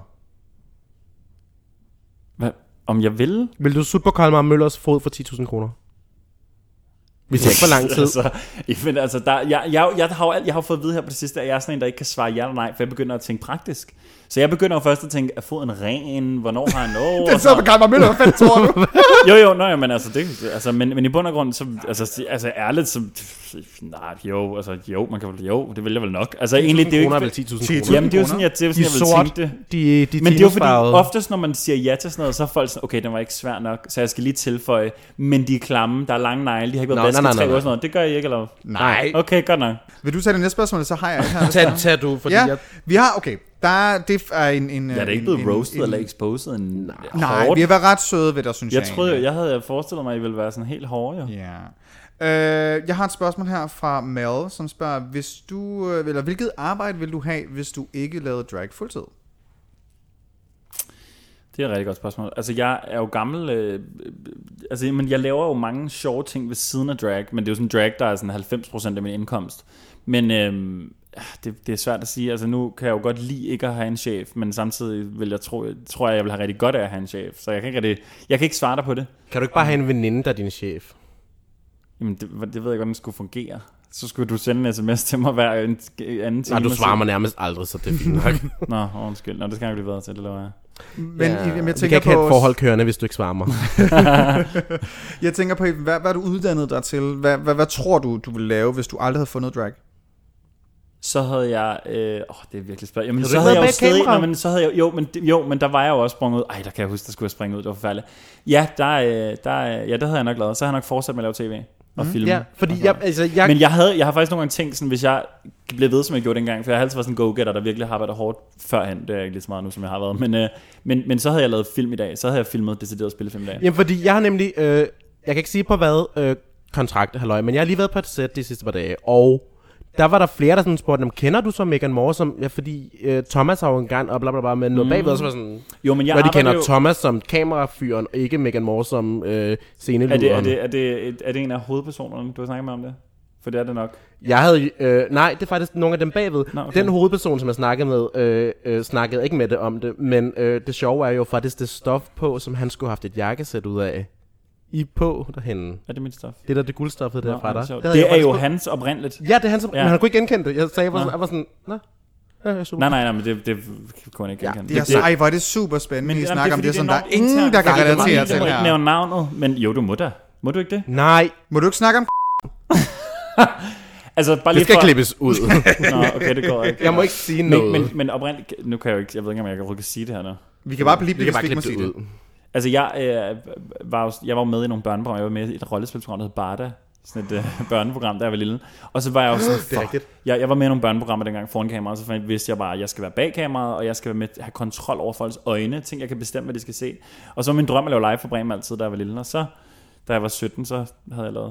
Hvad? Om jeg vil? Vil du sutte på Karl Møllers fod for 10.000 kroner? Vi ser ikke for lang tid. Jeg har fået at vide her på det sidste, at jeg er sådan en, der ikke kan svare ja eller nej, for jeg begynder at tænke praktisk. Så jeg begynder jo først at tænke, at foden ren, hvornår har han noget? Den sidder på Karl Møller, hvad fanden tror du? Jo, men altså, men i bund og grund, så, altså ærligt, så, man kan vel, det vil jeg vel nok. Altså egentlig, det er jo ikke... 10.000 kroner. Jamen, det er jo sådan, jeg vil tænke det. Men det er jo fordi, oftest når man siger ja til sådan noget, så er folk sådan, okay, den var ikke svær nok, så jeg skal lige tilføje, men de er klamme, der er lange negle, de har ikke været vasket 3 uger sådan noget. Det gør I ikke, eller? Nej. Okay, godt nok. Vil du tage det næste spørgsmål, så har jeg her. Tag du, fordi vi har, okay. Det er en jeg er ikke blevet roasted eller exposed. Nej, vi har været ret søde ved dig, synes jeg. Jeg troede, jeg havde forestillet mig, at I ville være sådan helt hårde, jo. Ja. Jeg har et spørgsmål her fra Mel, som spørger, hvilket arbejde vil du have, hvis du ikke lavede drag fuldtid? Det er et rigtig godt spørgsmål. Altså, jeg er jo gammel... men jeg laver jo mange sjove ting ved siden af drag, men det er jo sådan drag, der er sådan 90% af min indkomst. Men det er svært at sige. Altså, nu kan jeg jo godt lide ikke at have en chef, men samtidig tror jeg vil have rigtig godt af at have en chef. Så jeg kan ikke svare dig på det. Kan du ikke bare have en veninde, der er din chef? Jamen, det ved jeg ikke, hvordan det skulle fungere. Så skulle du sende en sms til mig hver anden time. Nej, du svarer mig nærmest aldrig, så det er fint nok. Nå, undskyld. Nå, det skal jeg blive bedre til, det lover jeg. Men jeg tænker vi kan ikke have et forhold kørende, hvis du ikke svarer mig. Jeg tænker på, hvad er du uddannet dig til? Hvad tror du ville lave, hvis du aldrig havde fundet drag? Så havde jeg... det er virkelig spørgsmål. Jamen, så havde jeg jo stadig... men der var jeg jo også sprunget ud. Ej, der kan jeg huske, der skulle jeg springe ud. Det var forfærdeligt. Ja, det havde jeg nok lavet. Så har jeg nok fortsat med at lave tv og film. Ja, fordi Men jeg har faktisk nogle gange tænkt sådan, hvis jeg blev ved, som jeg gjorde dengang, for jeg har altid været sådan en go-getter, der virkelig har arbejdet hårdt førhen. Det er ikke lige så meget nu, som jeg har været. Men så havde jeg lavet film i dag. Så havde jeg filmet decideret spillefilm i dag. Jamen, fordi jeg har nemlig... jeg kan ikke sige på hvad kontrakt, halløj, men jeg har lige været på et sæt de sidste par dage, og der var der flere, der sådan spurgte, dem, kender du så Megan Moore som... Ja, fordi Thomas har jo engang og blablabla, men noget bagved også var sådan... Jo, men jeg de kender jo Thomas som kamerafyren, og ikke Megan Moore som sceneluderen. Er det en af hovedpersonerne, du har snakket med om det? For det er det nok. Jeg havde... nej, det er faktisk nogle af dem bagved. Nå, okay. Den hovedperson, som jeg snakkede med, snakkede ikke med det om det, men det sjove er jo faktisk det stof på, som han skulle have haft et jakkesæt ud af. På derhenne. Er det mit stof? Det der, det guldstoffet der fra dig. Det er jo hans oprindeligt. Ja, det er hans oprindeligt, men han kunne ikke genkende det. Jeg sagde, jeg var sådan, nå. Nej, men det kunne jeg ikke genkende. Ej, hvor er det super spændende, I snakker om det, som der er ingen, der kan relatere til her. Jeg må her. ikke nævne navnet, men jo, du må da. Må du ikke det? Nej. Må du ikke snakke om altså, bare det skal klippes ud. Nå, okay, det går ikke. Jeg må ikke sige noget. Men oprindeligt, nu kan jeg jo ikke, jeg ved ikke, om jeg kan sige det her nu. Vi kan bare blive vi kan bare klippe det ud. Altså, jeg var med i nogle børneprogrammer. Jeg var med i et rollespilsprogram, der hed Barda. Sådan et børneprogram, der jeg var lille. Og så var jeg jo sådan, jeg var med i nogle børneprogrammer dengang foran kameraet, så vidste jeg bare, at jeg skal være bag kameraet, og jeg skal være med at have kontrol over folks øjne, ting jeg kan bestemme, hvad de skal se. Og så var min drøm at lave live for Bremen altid, da jeg var lille. Og så, da jeg var 17, så havde jeg lavet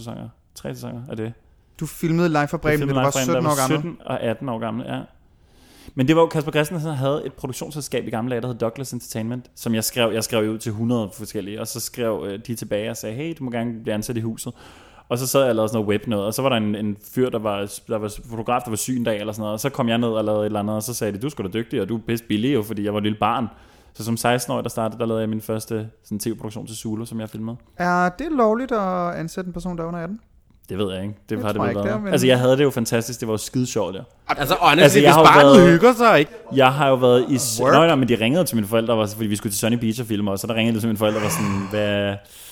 3 sæsoner af det. Du filmede live for Bremen, da du var 17 år gammel? 17 og 18 år gammel, ja. Men det var jo, Kasper Christensen havde et produktionsselskab i gamle dage, der hed Douglas Entertainment, som jeg skrev ud til 100 forskellige, og så skrev de tilbage og sagde, hey, du må gerne blive ansat i huset. Og så sad jeg og lavede sådan noget web noget, og så var der en fyr, der var fotograf, der var syg en dag eller sådan noget, og så kom jeg ned og lavede et eller andet, og så sagde de, du er sgu da dygtig, og du er pisse billig jo, fordi jeg var et lille barn. Så som 16-årig, der lavede jeg min første sådan tv-produktion til Zulu, som jeg filmede. Er det lovligt at ansætte en person, der er under 18? Det ved jeg ikke. Det har det vel været. Men... Altså, jeg havde det jo fantastisk. Det var jo skide sjovt, ja. Altså, honestly, hvis barnet hygger sig, ikke? Jeg har jo været i... Nå, men de ringede til mine forældre, fordi vi skulle til Sunny Beach og filme også, så der ringede de til mine forældre og var sådan, hvad...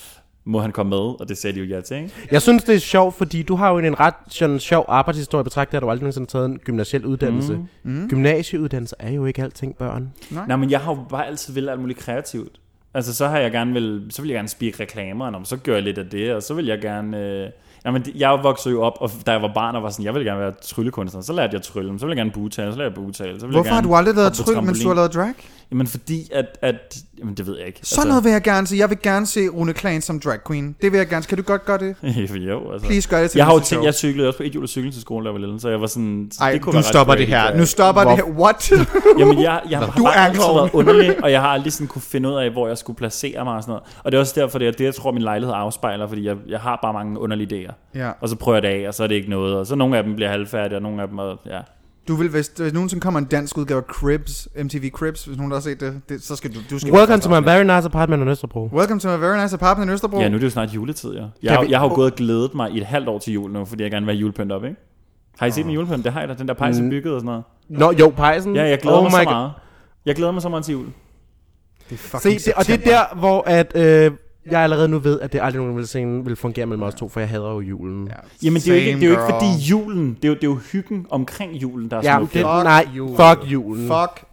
Må han komme med? Og det sagde de jo ja til, ikke? Jeg synes, det er sjovt, fordi du har jo en ret sådan, sjov arbejdshistorie betragtet, at du aldrig nogensinde taget en gymnasiel uddannelse. Gymnasieuddannelse er jo ikke alting, børn. Nej, men jeg har jo bare altid ville alt muligt kreativt. Altså, så vil jeg gerne speak reklamer, og så gør jeg lidt af det, og så vil jeg gerne... jeg voksede jo op, og da jeg var barn og var sådan, jeg ville gerne være tryllekunstner, så lærte jeg trylle, så ville jeg gerne buetale, så lærte jeg buetale. Hvorfor har du aldrig lavet trylle, mens du har lavet drag? Jamen fordi, jamen det ved jeg ikke. Sådan noget vil jeg gerne se. Jeg vil gerne se Rune Klan som drag queen. Det vil jeg gerne. Kan du godt gøre det? Jo, altså. Please gør det til jeg cyklede også på et cykel til skole, da jeg var lille, så jeg var sådan... Ej, nu stopper det her. Nu stopper det her. What? Jamen, jeg har bare altid været underlig, og jeg har aldrig sådan kunne finde ud af, hvor jeg skulle placere mig og sådan noget. Og det er også derfor, det er det, jeg tror, min lejlighed afspejler, fordi jeg har bare mange underlige idéer. Ja. Og så prøver jeg det af, og så er det ikke noget. Og så nogle af dem bliver halvfærdige, og nogle af dem er... Ja. Du vil, hvis nogensinde kommer en dansk udgave af Cribs, MTV Cribs, hvis nogen der har set det, så skal du skal... Welcome to my very nice apartment in Østerbro. Welcome to my very nice apartment in Østerbro. Ja, nu er det jo snart juletid, ja. Jeg har jo gået og glædet mig i et halvt år til jul nu, fordi jeg gerne vil have julepynt op, ikke? Har I set min julepynt? Det har jeg da. Den der pejs er bygget og sådan noget. Nå, jo, pejsen. Ja, jeg glæder mig så meget. Jeg glæder mig så meget til jul. Det er fucking se, og det er der, hvor at... jeg allerede nu ved, at det aldrig nogen vil fungere mellem os to, for jeg hader jo julen. Ja. Jamen det er jo ikke fordi julen, det er jo hyggen omkring julen, der er sådan noget. Fuck julen.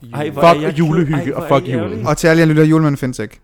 Fuck julehygge og fuck julen. Og til alle jer lytter, julemanden findes ikke.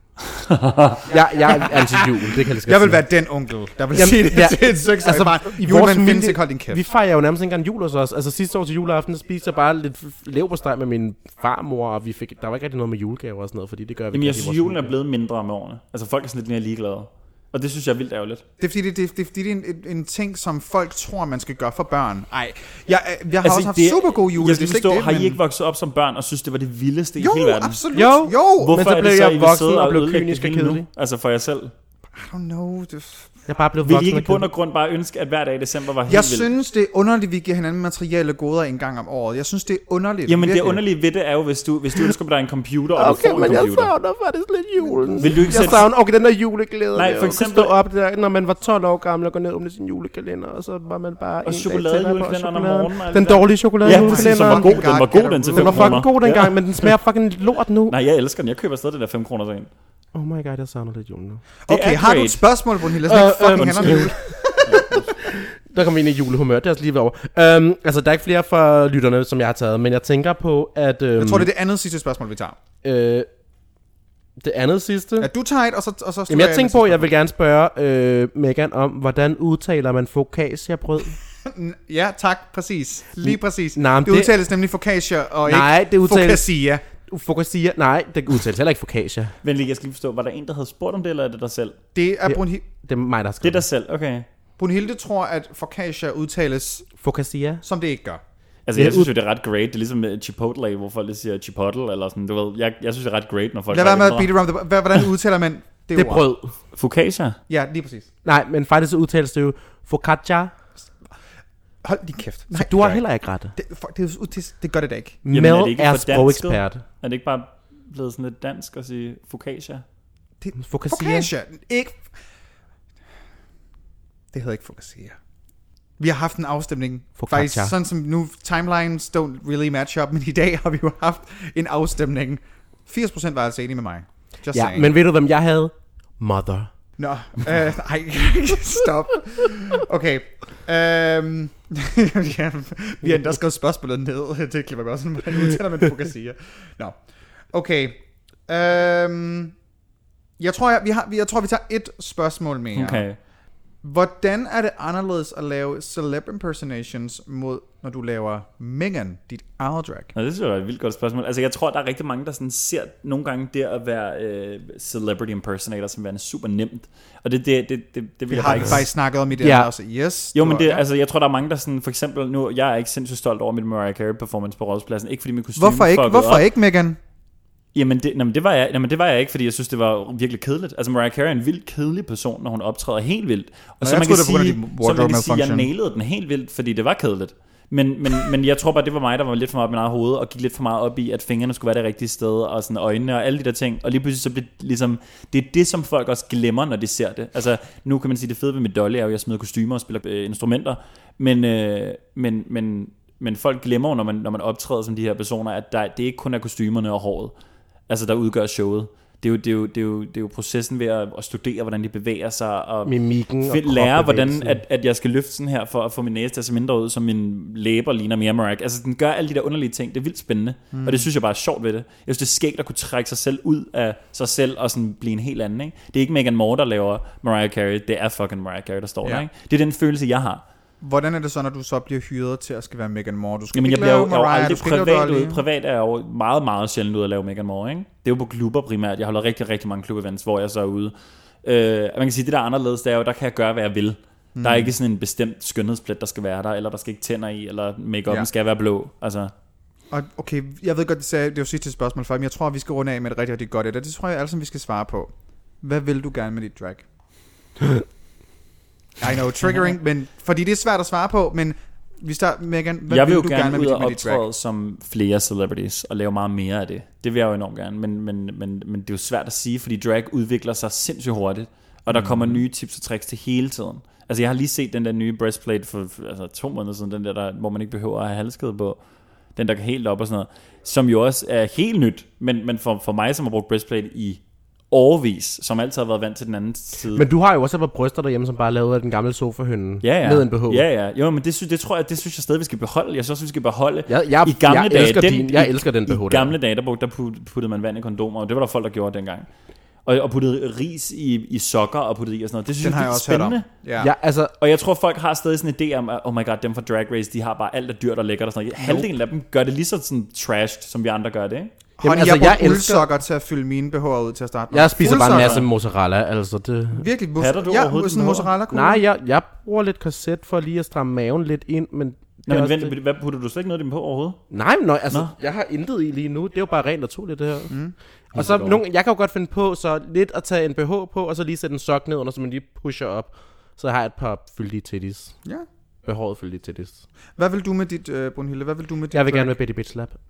Jeg er anti-jul, det kan jeg vil være den onkel, der vil sige det til et søks. Altså, julemanden findes ikke, hold din kæft. Vi fejrer jo nærmest ikke engang jul hos os. Altså sidste år til juleaften, der spiste jeg bare lidt leverpostej med min farmor, og der var ikke rigtig noget med julegaver og sådan noget, fordi det gør vi. Jamen jeg synes, julen er blevet mindre med årene. Altså folk er sådan lidt mere ligeglade. Og det synes jeg er vildt ærgerligt. Det er fordi, det er en ting, som folk tror, man skal gøre for børn. Ej, jeg har også haft super god jule. Jeg skal forstå, har I ikke vokset op som børn og synes, det var det vildeste i hele verden? Absolut. Jo, hvorfor men så blev jeg voksen og blev kynisk og kedelig. Altså for jer selv. I don't know. Jeg bare blev voksen. Vil I ikke på grund af grund bare ønske, at hver dag i december var helt vildt? Jeg synes, det er underligt, vi giver hinanden materielle goder en gang om året. Jeg synes, det er underligt. Jamen, det underlige ved det er jo, hvis du ønsker dig en computer, og du får en computer. Okay, men jeg savner faktisk lidt julen. Vil du ikke jeg savner, den der juleglæde. Nej, for eksempel... stå op der, når man var 12 år gammel og gå ned om sin julekalender, og så var man bare... Og chokoladejulekalenderen om morgenen. Den dårlige chokoladejulekalender. Ja, den var god, den til 5 kroner. Den var fucking god dengang, men den smager fucking lort nu. Nej, jeg elsker den. Jeg køber stadig den der 5 kroner så en. Oh my god, jeg savner lidt julen nu. Okay, har du et spørgsmål, Brunhilde? Lad os fucking handle om jul. Der kommer vi ind i julehumør, det er altså lige ved over. Altså, der er ikke flere for lytterne, som jeg har taget, men jeg tænker på, at... jeg tror, det er det andet sidste spørgsmål, vi tager. Det andet sidste? Ja, du tager et, og så jamen, jeg tænker på, at jeg vil gerne spørge Megan om, hvordan udtaler man focaccia-brød? Ja, tak, præcis. Lige præcis. Nej, det udtales nemlig focaccia, og ikke focaccia. Focaccia. Nej, det udtales heller ikke focaccia. Venlig, jeg skal lige forstå, var der en, der havde spurgt om det, eller er det dig selv? Det er Brunhilde. Det er mig, der har skrevet. Det er dig selv, okay. Brunhilde tror, at focaccia udtales... Focaccia? Som det ikke gør. Altså, jeg synes jo, det er ret great. Det er ligesom Chipotle, hvor folk siger Chipotle, eller sådan, du ved. Jeg synes, det er ret great, når folk... Lad være med at beat around the... Hvordan udtaler man det ord? Brød. Focaccia? Ja, lige præcis. Nej, men faktisk så udtales det jo focaccia. Hold lige kæft. Nej, du har heller ikke ret. Det gør det da ikke. Mel er sprogekspert. Er det ikke bare blevet sådan lidt dansk at sige focaccia? Focaccia. Ikke... Det hedder ikke focaccia. Vi har haft en afstemning. Focaccia. Faktisk sådan som nu, timelines don't really match up, men i dag har vi jo haft en afstemning. 80% var altså enige med mig. Just Ja, saying. men ved du, hvem jeg havde? Mother. Nå, nej, stop. Okay. Ja, vi har endda skrevet spørgsmålet ned. Det klipper godt, sådan, nu tænder man Focaccia. Nå, okay. Jeg tror, vi tager et spørgsmål mere. Okay. Hvordan er det anderledes at lave celeb impersonations mod, når du laver Megan, dit eget drag? Nå, det synes jeg er et vildt godt spørgsmål. Altså, jeg tror, der er rigtig mange, der sådan ser nogle gange det at være celebrity impersonator som værende super nemt. Og det vil Vi jeg har ikke faktisk snakket om i det Ja. her også. Yes. Jo, men det, altså, jeg tror, der er mange, der sådan, for eksempel nu, jeg er ikke sindssygt stolt over mit Mariah Carey performance på Rådhuspladsen. Ikke fordi min kostume Hvorfor ikke, Megan? Jamen det var jeg ikke, fordi jeg synes, det var virkelig kedeligt. Altså, Mariah Carey er en vildt kedelig person, når hun optræder helt vildt. Og så jeg man kan troede, det var på grund af din sige, wardrobe jeg malfunction. nailede den helt vildt, fordi det var kedeligt. Men jeg tror bare, det var mig, der var lidt for meget op i min eget hoved, og gik lidt for meget op i, at fingrene skulle være det rigtige sted, og sådan øjnene og alle de der ting. Og lige pludselig så blev det ligesom, det er det, som folk også glemmer, når de ser det. Altså, nu kan man sige, det fede ved mit Dolly er jo, at jeg smider kostymer og spiller instrumenter. Men folk glemmer jo, når man optræder som de her personer, at det ikke kun er kostymerne og håret, altså der udgør showet. Det er jo processen ved at studere, hvordan de bevæger sig, og Mimikken og lære, hvordan kropbevægelsen. at jeg skal løfte sådan her, for at få min næse til at se mindre ud, som min læber ligner mere Mariah. Altså, den gør alle de der underlige ting. Det er vildt spændende, og det synes jeg bare er sjovt ved det. Jeg synes, det er skægt at kunne trække sig selv ud af sig selv, og sådan blive en helt anden, ikke? Det er ikke Megan Moore, der laver Mariah Carey, det er fucking Mariah Carey, der står der, ikke? Det er den følelse, jeg har. Hvordan er det så, når du så bliver hyret til at skal være Megan Moore? Du skal Jamen, ikke jeg bliver jo lave Mariah, aldrig du skal ikke privat lave ud. Dolly. Privat er jeg jo meget, meget sjældent ud at lave Megan Moore, ikke? Det er jo på klubber primært. Jeg holder rigtig, rigtig mange klubevents, hvor jeg så er ude. Man kan sige, det der er anderledes, det er jo, der kan jeg gøre, hvad jeg vil. Der er ikke sådan en bestemt skønhedsplet, der skal være der, eller der skal ikke tænder i, eller make-up'en skal være blå. Altså. Og okay, jeg ved godt, det er jo sidste spørgsmål for, men jeg tror, vi skal runde af med et rigtig, rigtig godt et. Det tror jeg alle sammen, vi skal svare på. Hvad vil du gerne med dit drag? I know, triggering, men fordi det er svært at svare på, men vi starter, Megan, hvad Jeg vil vil jo du gerne ud og med dit drag? optræde som flere celebrities og lave meget mere af det. Det vil jeg jo enormt gerne, men det er jo svært at sige, fordi drag udvikler sig sindssygt hurtigt, og der kommer nye tips og tricks til hele tiden. Altså jeg har lige set den der nye breastplate for 2 måneder siden, den der, hvor man ikke behøver at have halskæde på, den der kan helt op og sådan noget, som jo også er helt nyt, men for mig, som har brugt breastplate i årevis, som altid har været vant til den anden side. Men du har jo også været bryster derhjemme, som bare er lavet af den gamle sofahønne med en BH. Ja. Jo, men det synes jeg stadig, vi skal beholde. Jeg synes også, vi skal beholde. Jeg elsker den BH I gamle dage, der puttede man vand i kondomer, og det var der folk, der gjorde dengang. Og puttede ris i sokker og puttede i og sådan noget. Det synes jeg er spændende. Ja, altså, og jeg tror, folk har stadig sådan en idé om, oh my god, dem fra Drag Race, de har bare alt er dyrt og lækkert og sådan noget. Halvdelen af dem gør det lige sådan trashed, som vi andre gør det, ikke? Jamen, altså, jeg bruger uldsokker til at fylde mine BH'er ud til at starte med. Jeg spiser bare en masse mozzarella, altså det. Virkelig? Hatter du overhovedet sådan mozzarella -kugle? Nej, jeg bruger lidt korset for lige at stramme maven lidt ind, men... Nå, men vent, hvad putter du slet ikke noget af dem på overhovedet? Nej, altså, jeg har intet i lige nu. Det er jo bare rent naturligt, det her. Og så jeg kan jo godt finde på, så lidt at tage en BH på, og så lige sætte en sok ned under, så man lige pusher op. Så jeg har et par fyldige titties. Ja. Behåret fyldige titties. Hvad vil du med dit, Brunhilde? Hvad vil du med dit Jeg vil drag? gerne med Betty Bitch Slap.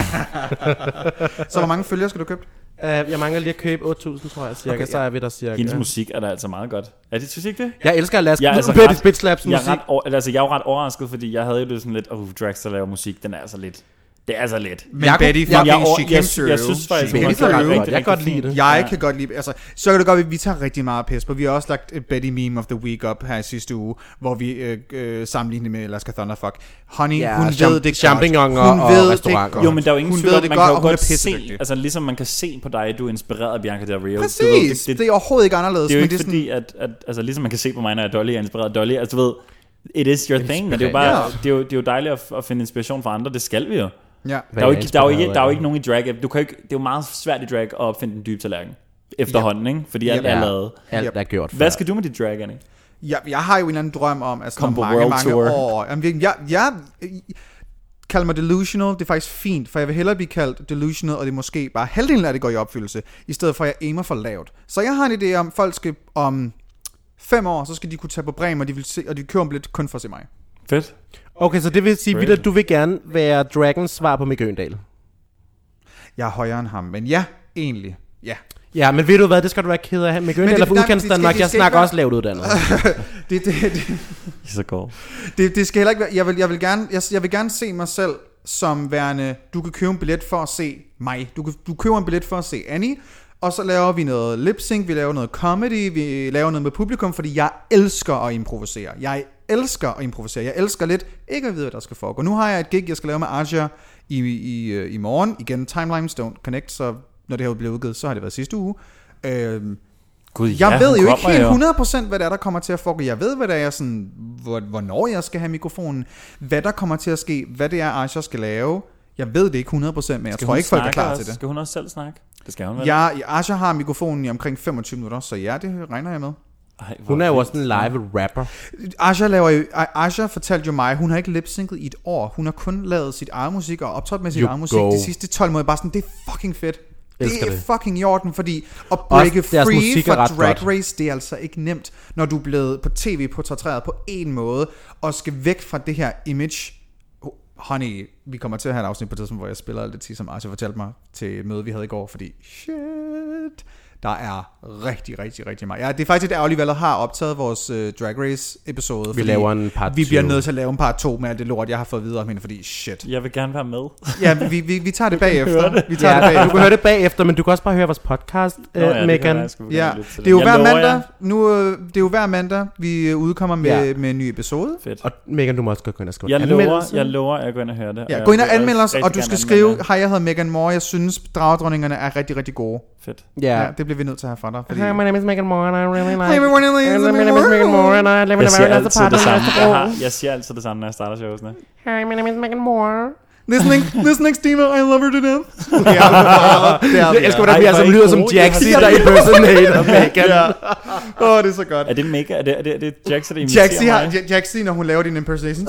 Så hvor mange følgere skal du købe? Jeg mangler lige at købe 8.000, tror jeg, cirka. Okay, så er vi der cirka. Hendes musik er da altså meget godt. Er det, synes I ikke det? Jeg elsker Alaska. Jeg er altså Betty Bitch Slaps musik. Jeg er jo ret overrasket, fordi jeg havde jo det sådan lidt, Dragster laver musik, den er altså lidt. Det er altså lidt. Men Betty fucking, she came through. Jeg synes faktisk, she hun came through. Jeg kan godt lide det. Jeg kan godt lide, altså, så kan det godt være, vi tager rigtig meget pis på. Vi har også lagt et Betty meme of the week op her i sidste uge, hvor vi sammenligner med Alaska Thunderfuck. Honey, hun ved det champignoner godt. og restauranter. Jo, men der er jo ingen tvivl om, man kan jo godt se, pissedygtig. altså ligesom man kan se på dig, du er inspireret af Bianca Del Rio. Præcis, det er overhovedet ikke anderledes. Det er jo men ikke fordi, at altså ligesom man kan se på mig, når jeg er inspireret af Dolly, altså du ved, it is your thing, men det er jo bare, det er jo dejligt at finde inspiration fra andre, det skal vi jo. Ja. Der er jo ikke nogen i drag. Du kan ikke, det er jo meget svært i drag at opfinde den dybe tallerken efterhånden, ikke? Fordi alt er lavet. Alt er gjort. Hvad skal du med dit drag, Annie? Jeg har jo en eller anden drøm om, altså Kom på mange World Tour. år. Jamen, jeg kalder mig delusional. Det er faktisk fint, for jeg vil hellere blive kaldt delusional, og det er måske bare halvdelen af det går i opfyldelse, i stedet for at jeg aimer for lavt. Så jeg har en idé om, folk skal om 5 år, så skal de kunne tage på Bremen, og de kører om lidt kun for at se mig. Fedt. Okay, så det vil sige, at du vil gerne være Dragons svar på Mikke Øndal. Jeg er højere end ham, men ja, egentlig. Ja. Ja, men ved du hvad, det skal du være ked af. Med eller for udkants Danmark, jeg snakker også lavt uddannet. Så går. Det skal heller ikke være, jeg vil gerne se mig selv som værende, du kan købe en billet for at se mig. Du køber en billet for at se Annie, og så laver vi noget lip-sync, vi laver noget comedy, vi laver noget med publikum, fordi jeg elsker at improvisere. Jeg elsker lidt ikke at vide, hvad der skal foregå. Nu har jeg et gig, jeg skal lave med Aja i morgen. Igen, timelines don't connect, så når det her bliver udgivet, så har det været sidste uge. Jeg ved jo ikke helt 100% hvad der kommer til at foregå. Jeg ved, hvad der er sådan, hvornår jeg skal have mikrofonen, hvad der kommer til at ske, hvad det er, Aja skal lave. Jeg ved det ikke 100%, men jeg tror ikke, folk er klar til det. Skal hun også selv snakke? Det skal hun vel? Ja, Aja har mikrofonen i omkring 25 minutter, så ja, det regner jeg med. Hun er jo også en live rapper. Aja fortalte jo mig, hun har ikke lip-synket i et år. Hun har kun lavet sit eget musik og optrådt med sit eget musik de sidste 12 måneder. Bare sådan, det er fucking fedt. Det er fucking i orden, fordi at breake free fra Drag Race, det er altså ikke nemt, når du er blevet på tv portrætteret på en måde, og skal væk fra det her image. Honey, vi kommer til at have et afsnit på tidspunkt, hvor jeg spiller alt det, som Arsha fortalte mig til et møde, vi havde i går, fordi shit, der er rigtig meget. Ja, det er faktisk, at Oliver har optaget vores Drag Race episode. Vi laver en part 2. Vi bliver nødt til at lave en part 2 med alt det lort, jeg har fået videre om hende, fordi shit. Jeg vil gerne være med. Ja, vi tager det bagefter. Du kan høre det bagefter, men du kan også bare høre vores podcast, Megan. Ja, det er jo hver mandag. Det er jo hver mandag, vi udkommer med en ny episode. Fedt. Og Megan, du må også gå ind og skrive Jeg lover, at jeg går ind og høre det. Ja, gå ind og anmelde os, og du skal skrive, hej, jeg hedder Megan Moore, jeg synes, dragdronningerne er rigtig gode. Fedt. Ja, det bliver vi nødt til at have fra dig. Fordi... Hi, my name is Megan Moore, and I really like... Hi, my name is Megan Moore, and I live in a very nice apartment. Jeg siger altid det samme, når jeg starter showsene. Hi, my name is Megan Moore. This next diva, I love her to death. Jeg elsker, hvordan vi altså lyder som Jaxi, der impersonator Megan. Det er så godt. Er det Mega? Er det Jaxi, der imiterer mig? Jaxi, når hun laver din impersonation.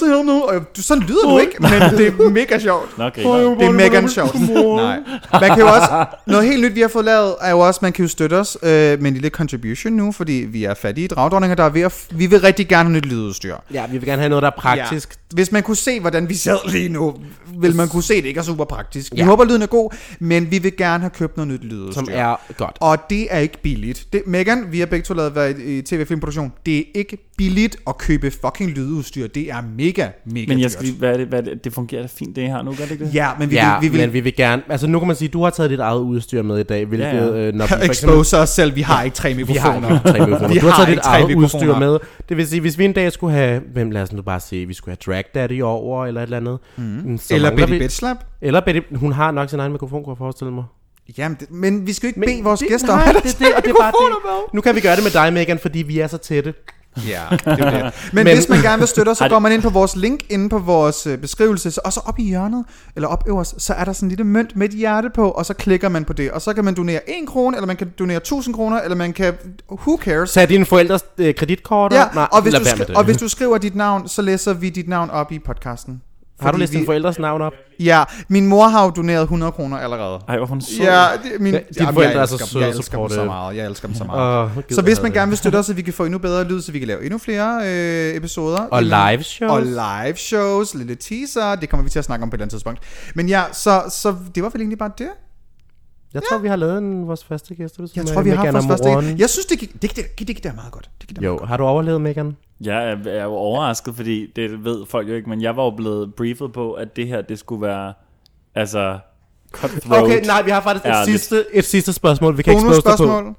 Sådan lyder du ikke, men det er mega sjovt. Okay, det er mega sjovt. Nej. Man kan jo også... Noget helt nyt, vi har fået lavet, er jo også, man kan jo støtte os med en lille contribution nu, fordi vi er fattige dragdronninger, der er ved at... Vi vil rigtig gerne have nyt lydudstyr. Ja, vi vil gerne have noget, der er praktisk. Ja. Hvis man kunne se, hvordan vi sad lige nu, vil man kunne se, det ikke er super praktisk. Vi håber, lyden er god, men vi vil gerne have købt noget nyt lydudstyr. Som er godt. Og det er ikke billigt. Megan, vi har begge to lavet i tv-filmproduktion. Det er ikke billigt at købe fucking lydudstyr. Det er mega men jeg skal lige, det fungerer da fint, det her nu, gør det ikke det? Ja, men vi vil gerne... Altså nu kan man sige, du har taget dit eget udstyr med i dag, hvilket... Expose os selv, vi har ikke 3 mikrofoner. Du har taget dit eget udstyr med. Det vil sige, hvis vi en dag skulle have... Lad os nu bare sige, vi skulle have Drag Daddy over, eller et eller andet. Eller Betty Bitchlap. Eller Betty... Hun har nok sin egen mikrofon, kunne jeg forestille mig. Jamen, men vi skal jo ikke bede vores gæster om det er bare det. Nu kan vi gøre det med dig, Megan, fordi vi er så tætte. Ja, det er det. Men hvis man gerne vil støtte os, så går man ind på vores link inde på vores beskrivelse, og så op i hjørnet, eller op øverst, så er der sådan en lille mønt med et hjerte på, og så klikker man på det, og så kan man donere 1 krone, eller man kan donere 1000 kroner, eller man kan, who cares? Tag dine forældres kreditkort. Ja, og hvis du skriver dit navn, så læser vi dit navn op i podcasten. Har du læst dine forældres navn op? Ja, min mor har jo doneret 100 kroner allerede. Ej, hvor hun sød. Ja, dine forældre er så søde. Jeg elsker dem så meget. Jeg elsker dem så meget. Så hvis man gerne vil støtte os, så vi kan få endnu bedre lyd, så vi kan lave endnu flere episoder. Og live shows. Og live shows, lille teaser. Det kommer vi til at snakke om på et eller andet tidspunkt. Men ja, så det var vel egentlig bare det. Jeg tror, vi har lavet vores første gæst. Jeg tror, vi har vores første. Jeg synes, det gik der meget godt. Har du overlevet, Megan? Jeg er jo overrasket, fordi det ved folk jo ikke, men jeg var jo blevet briefet på, at det her, det skulle være, altså, cutthroat. Okay, nej, vi har faktisk et sidste spørgsmål, vi kan ikke spørge på.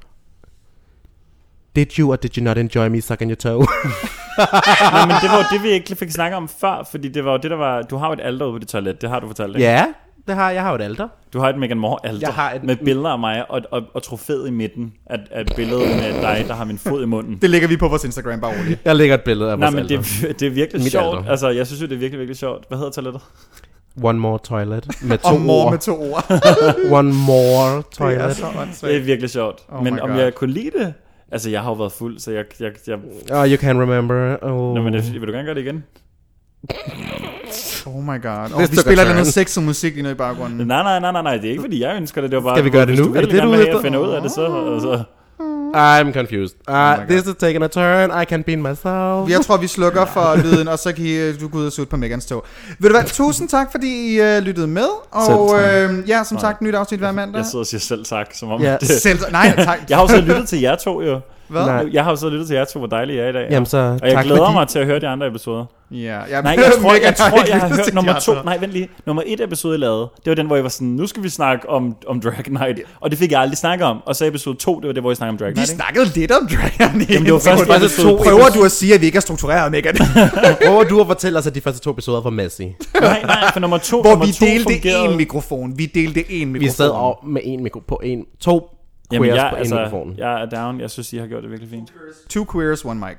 Did you or did you not enjoy me sucking your toe? Nej, men det var jo det, vi ikke fik snakket om før, fordi det var jo det, der var, du har jo et alter ude på dit toilet, det har du fortalt, ikke? Ja, det har jeg. Har jo et alter. Du har et Megan Moore alter med billeder af mig og trofæet i midten af billedet med dig, der har min fod i munden. Det lægger vi på vores Instagram, bare roligt. Jeg lægger et billede af vores alter. Det er virkelig sjovt. Alter. Altså, jeg synes jo, det er virkelig sjovt. Hvad hedder toilettet? One more toilet med 2 ord. Med 2 ord. One more toilet. Det er virkelig sjovt. Men om jeg kunne lide det? Altså, jeg har jo været fuld, så jeg... you can remember. Nå, men vil du gerne gøre det igen? Oh my god. Vi spiller noget sexet musik lige nu i baggrunden. Nej, det er ikke fordi jeg ønsker det. Det var bare, skal vi gøre det nu? Er det det, du vil finde ud af det så? Altså. I'm confused. This is taking a turn. I can't be myself. Jeg tror, vi slukker for lyden, og så kan du gå ud og sutte på Megans tog. Ved du hvad, tusind tak, fordi I lyttede med. Og som sagt, nyt afsnit hver mandag. Jeg sidder og siger selv tak, som om Nej, tak. Jeg har jo så lyttet til jer to, jo. Hvad? Jeg har jo så lyttet til jer to, hvor dejlige I er i dag. Jamen, så, og jeg glæder mig til at høre de andre episoder. Ja, nej, jeg tror, jeg har hørt nummer 2. Nej, vent lige. Nummer 1 episode, jeg lavede, det var den, hvor jeg var sådan, nu skal vi snakke om Drag Night. Og det fik jeg aldrig snakket om. Og så episode 2, det var det, hvor jeg snakkede om Drag Night. Vi snakkede lidt om Drag Night. Jamen, det var først episode 2. Prøver du at sige, at vi ikke er struktureret, Megan? Prøver du at fortælle os, at de første 2 episoder var messy? Nej, for nummer 2 hvor vi delte én mikrofon. Vi sad med en mikrofon på to queers på en mikrofon. Jeg er down. Jeg synes, I har gjort det virkelig fint. 2 queers, 1 mic.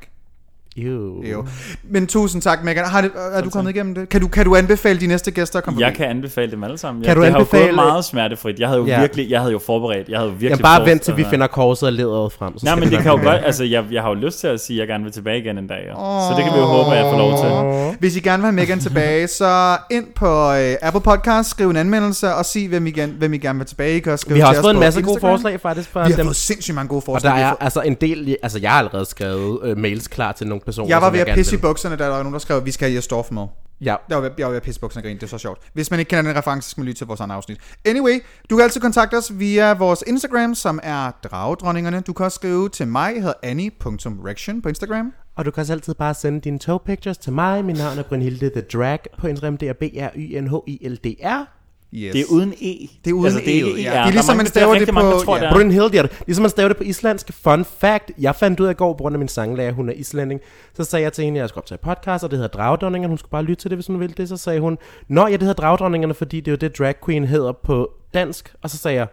Jo. Men tusind tak, Megan. Er du kommet igennem det? Kan du anbefale de næste gæster at komme Jeg kan anbefale dem alle sammen. Kan du det anbefale... har jo gået meget smertefrit. Jeg havde jo virkelig, jeg havde jo forberedt. Jeg havde jo virkelig bare vent til vi finder korset og lederet frem. Nej, men det kan jo godt. Altså, jeg har jo lyst til at sige, at jeg gerne vil tilbage igen en dag. Så det kan vi jo håbe, at jeg får lov til. Hvis I gerne vil have Megan tilbage, så ind på Apple Podcast, skriv en anmeldelse og sig, hvem I gerne vil tilbage. Vi har også fået en masse gode forslag faktisk. Vi har fået sindssygt mange gode forslag. Og der er altså en del. Altså, jeg har allerede skrevet mails klar til nogle personer. Jeg var ved at pisse i bukserne, da der var nogen, der skrev, at vi skal have Storff med. Ja. Jeg var ved at pisse i bukserne og grine, det er så sjovt. Hvis man ikke kender den reference, skal man lytte til vores andre afsnit. Anyway, du kan altid kontakte os via vores Instagram, som er Dragedronningerne. Du kan også skrive til mig, jeg hedder Annie.rection på Instagram. Og du kan også altid bare sende dine toe pictures til mig. Mit navn er Brynhilde The Drag på Instagram. Det er BRYNHILDR. Yes. Det er uden E. Det er uden altså, det er E. Ja. Det er ligesom man staver det på Brynhilde. Ligesom man staver det på islandsk. Fun fact. Jeg fandt ud af i går, på grund af min sanglærer, hun er islænding. Så sagde jeg til hende, at jeg skulle optage podcast, og det hedder Dragedronningerne. Hun skulle bare lytte til det, hvis hun ville det. Så sagde hun, nå ja, det hedder Dragedronningerne, fordi det er jo det drag queen hedder på dansk. Og så sagde jeg,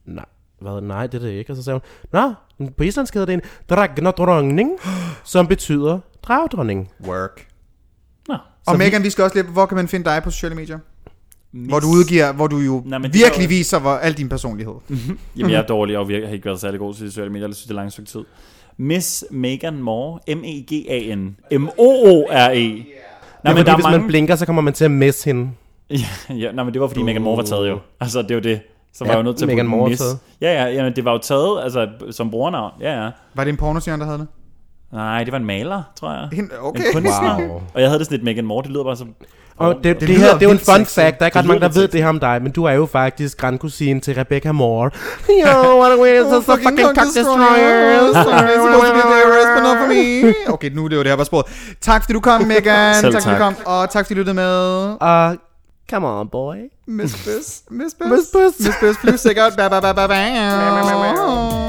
nej, det er det ikke. Og så sagde hun, nå, på islandsk hedder det en Dragnadronning, som betyder dragedronning. Work. Nå. Og Megan, vi skal også lidt, hvor kan man finde dig på sociale medier? Hvor du jo virkelig viser al din personlighed. Jamen, jeg er dårlig, og jeg har ikke været særlig god til sociale medier. Jeg synes, det er langt stykke tid. Miss Megan Moore. Megan Moore. Nej, men hvis man blinker, så kommer man til at miss hende. Men det var fordi Megan Moore var taget jo. Altså, det er jo det. Så var jeg jo nødt til Megan Moore miss. Ja, det var jo taget, altså, som brugernavn. Ja. Var det en pornostjerne, der havde det? Nej, det var en maler, tror jeg. Okay. En wow. Og jeg havde det sådan lidt Megan Moore, det lyder bare så... Og det her, det er jo en fun fact. Der er ikke ret mange, der ved det her om dig, men du er jo faktisk grandkusine til Rebecca Moore. Yo, what a weird, so fucking cock destroyers. Okay, nu er det jo det her, var sporet. Tak fordi du kom, Megan. Tak fordi du kom, og tak fordi du lyttede med. Come on, boy. Miss Biss, please take out. Bye.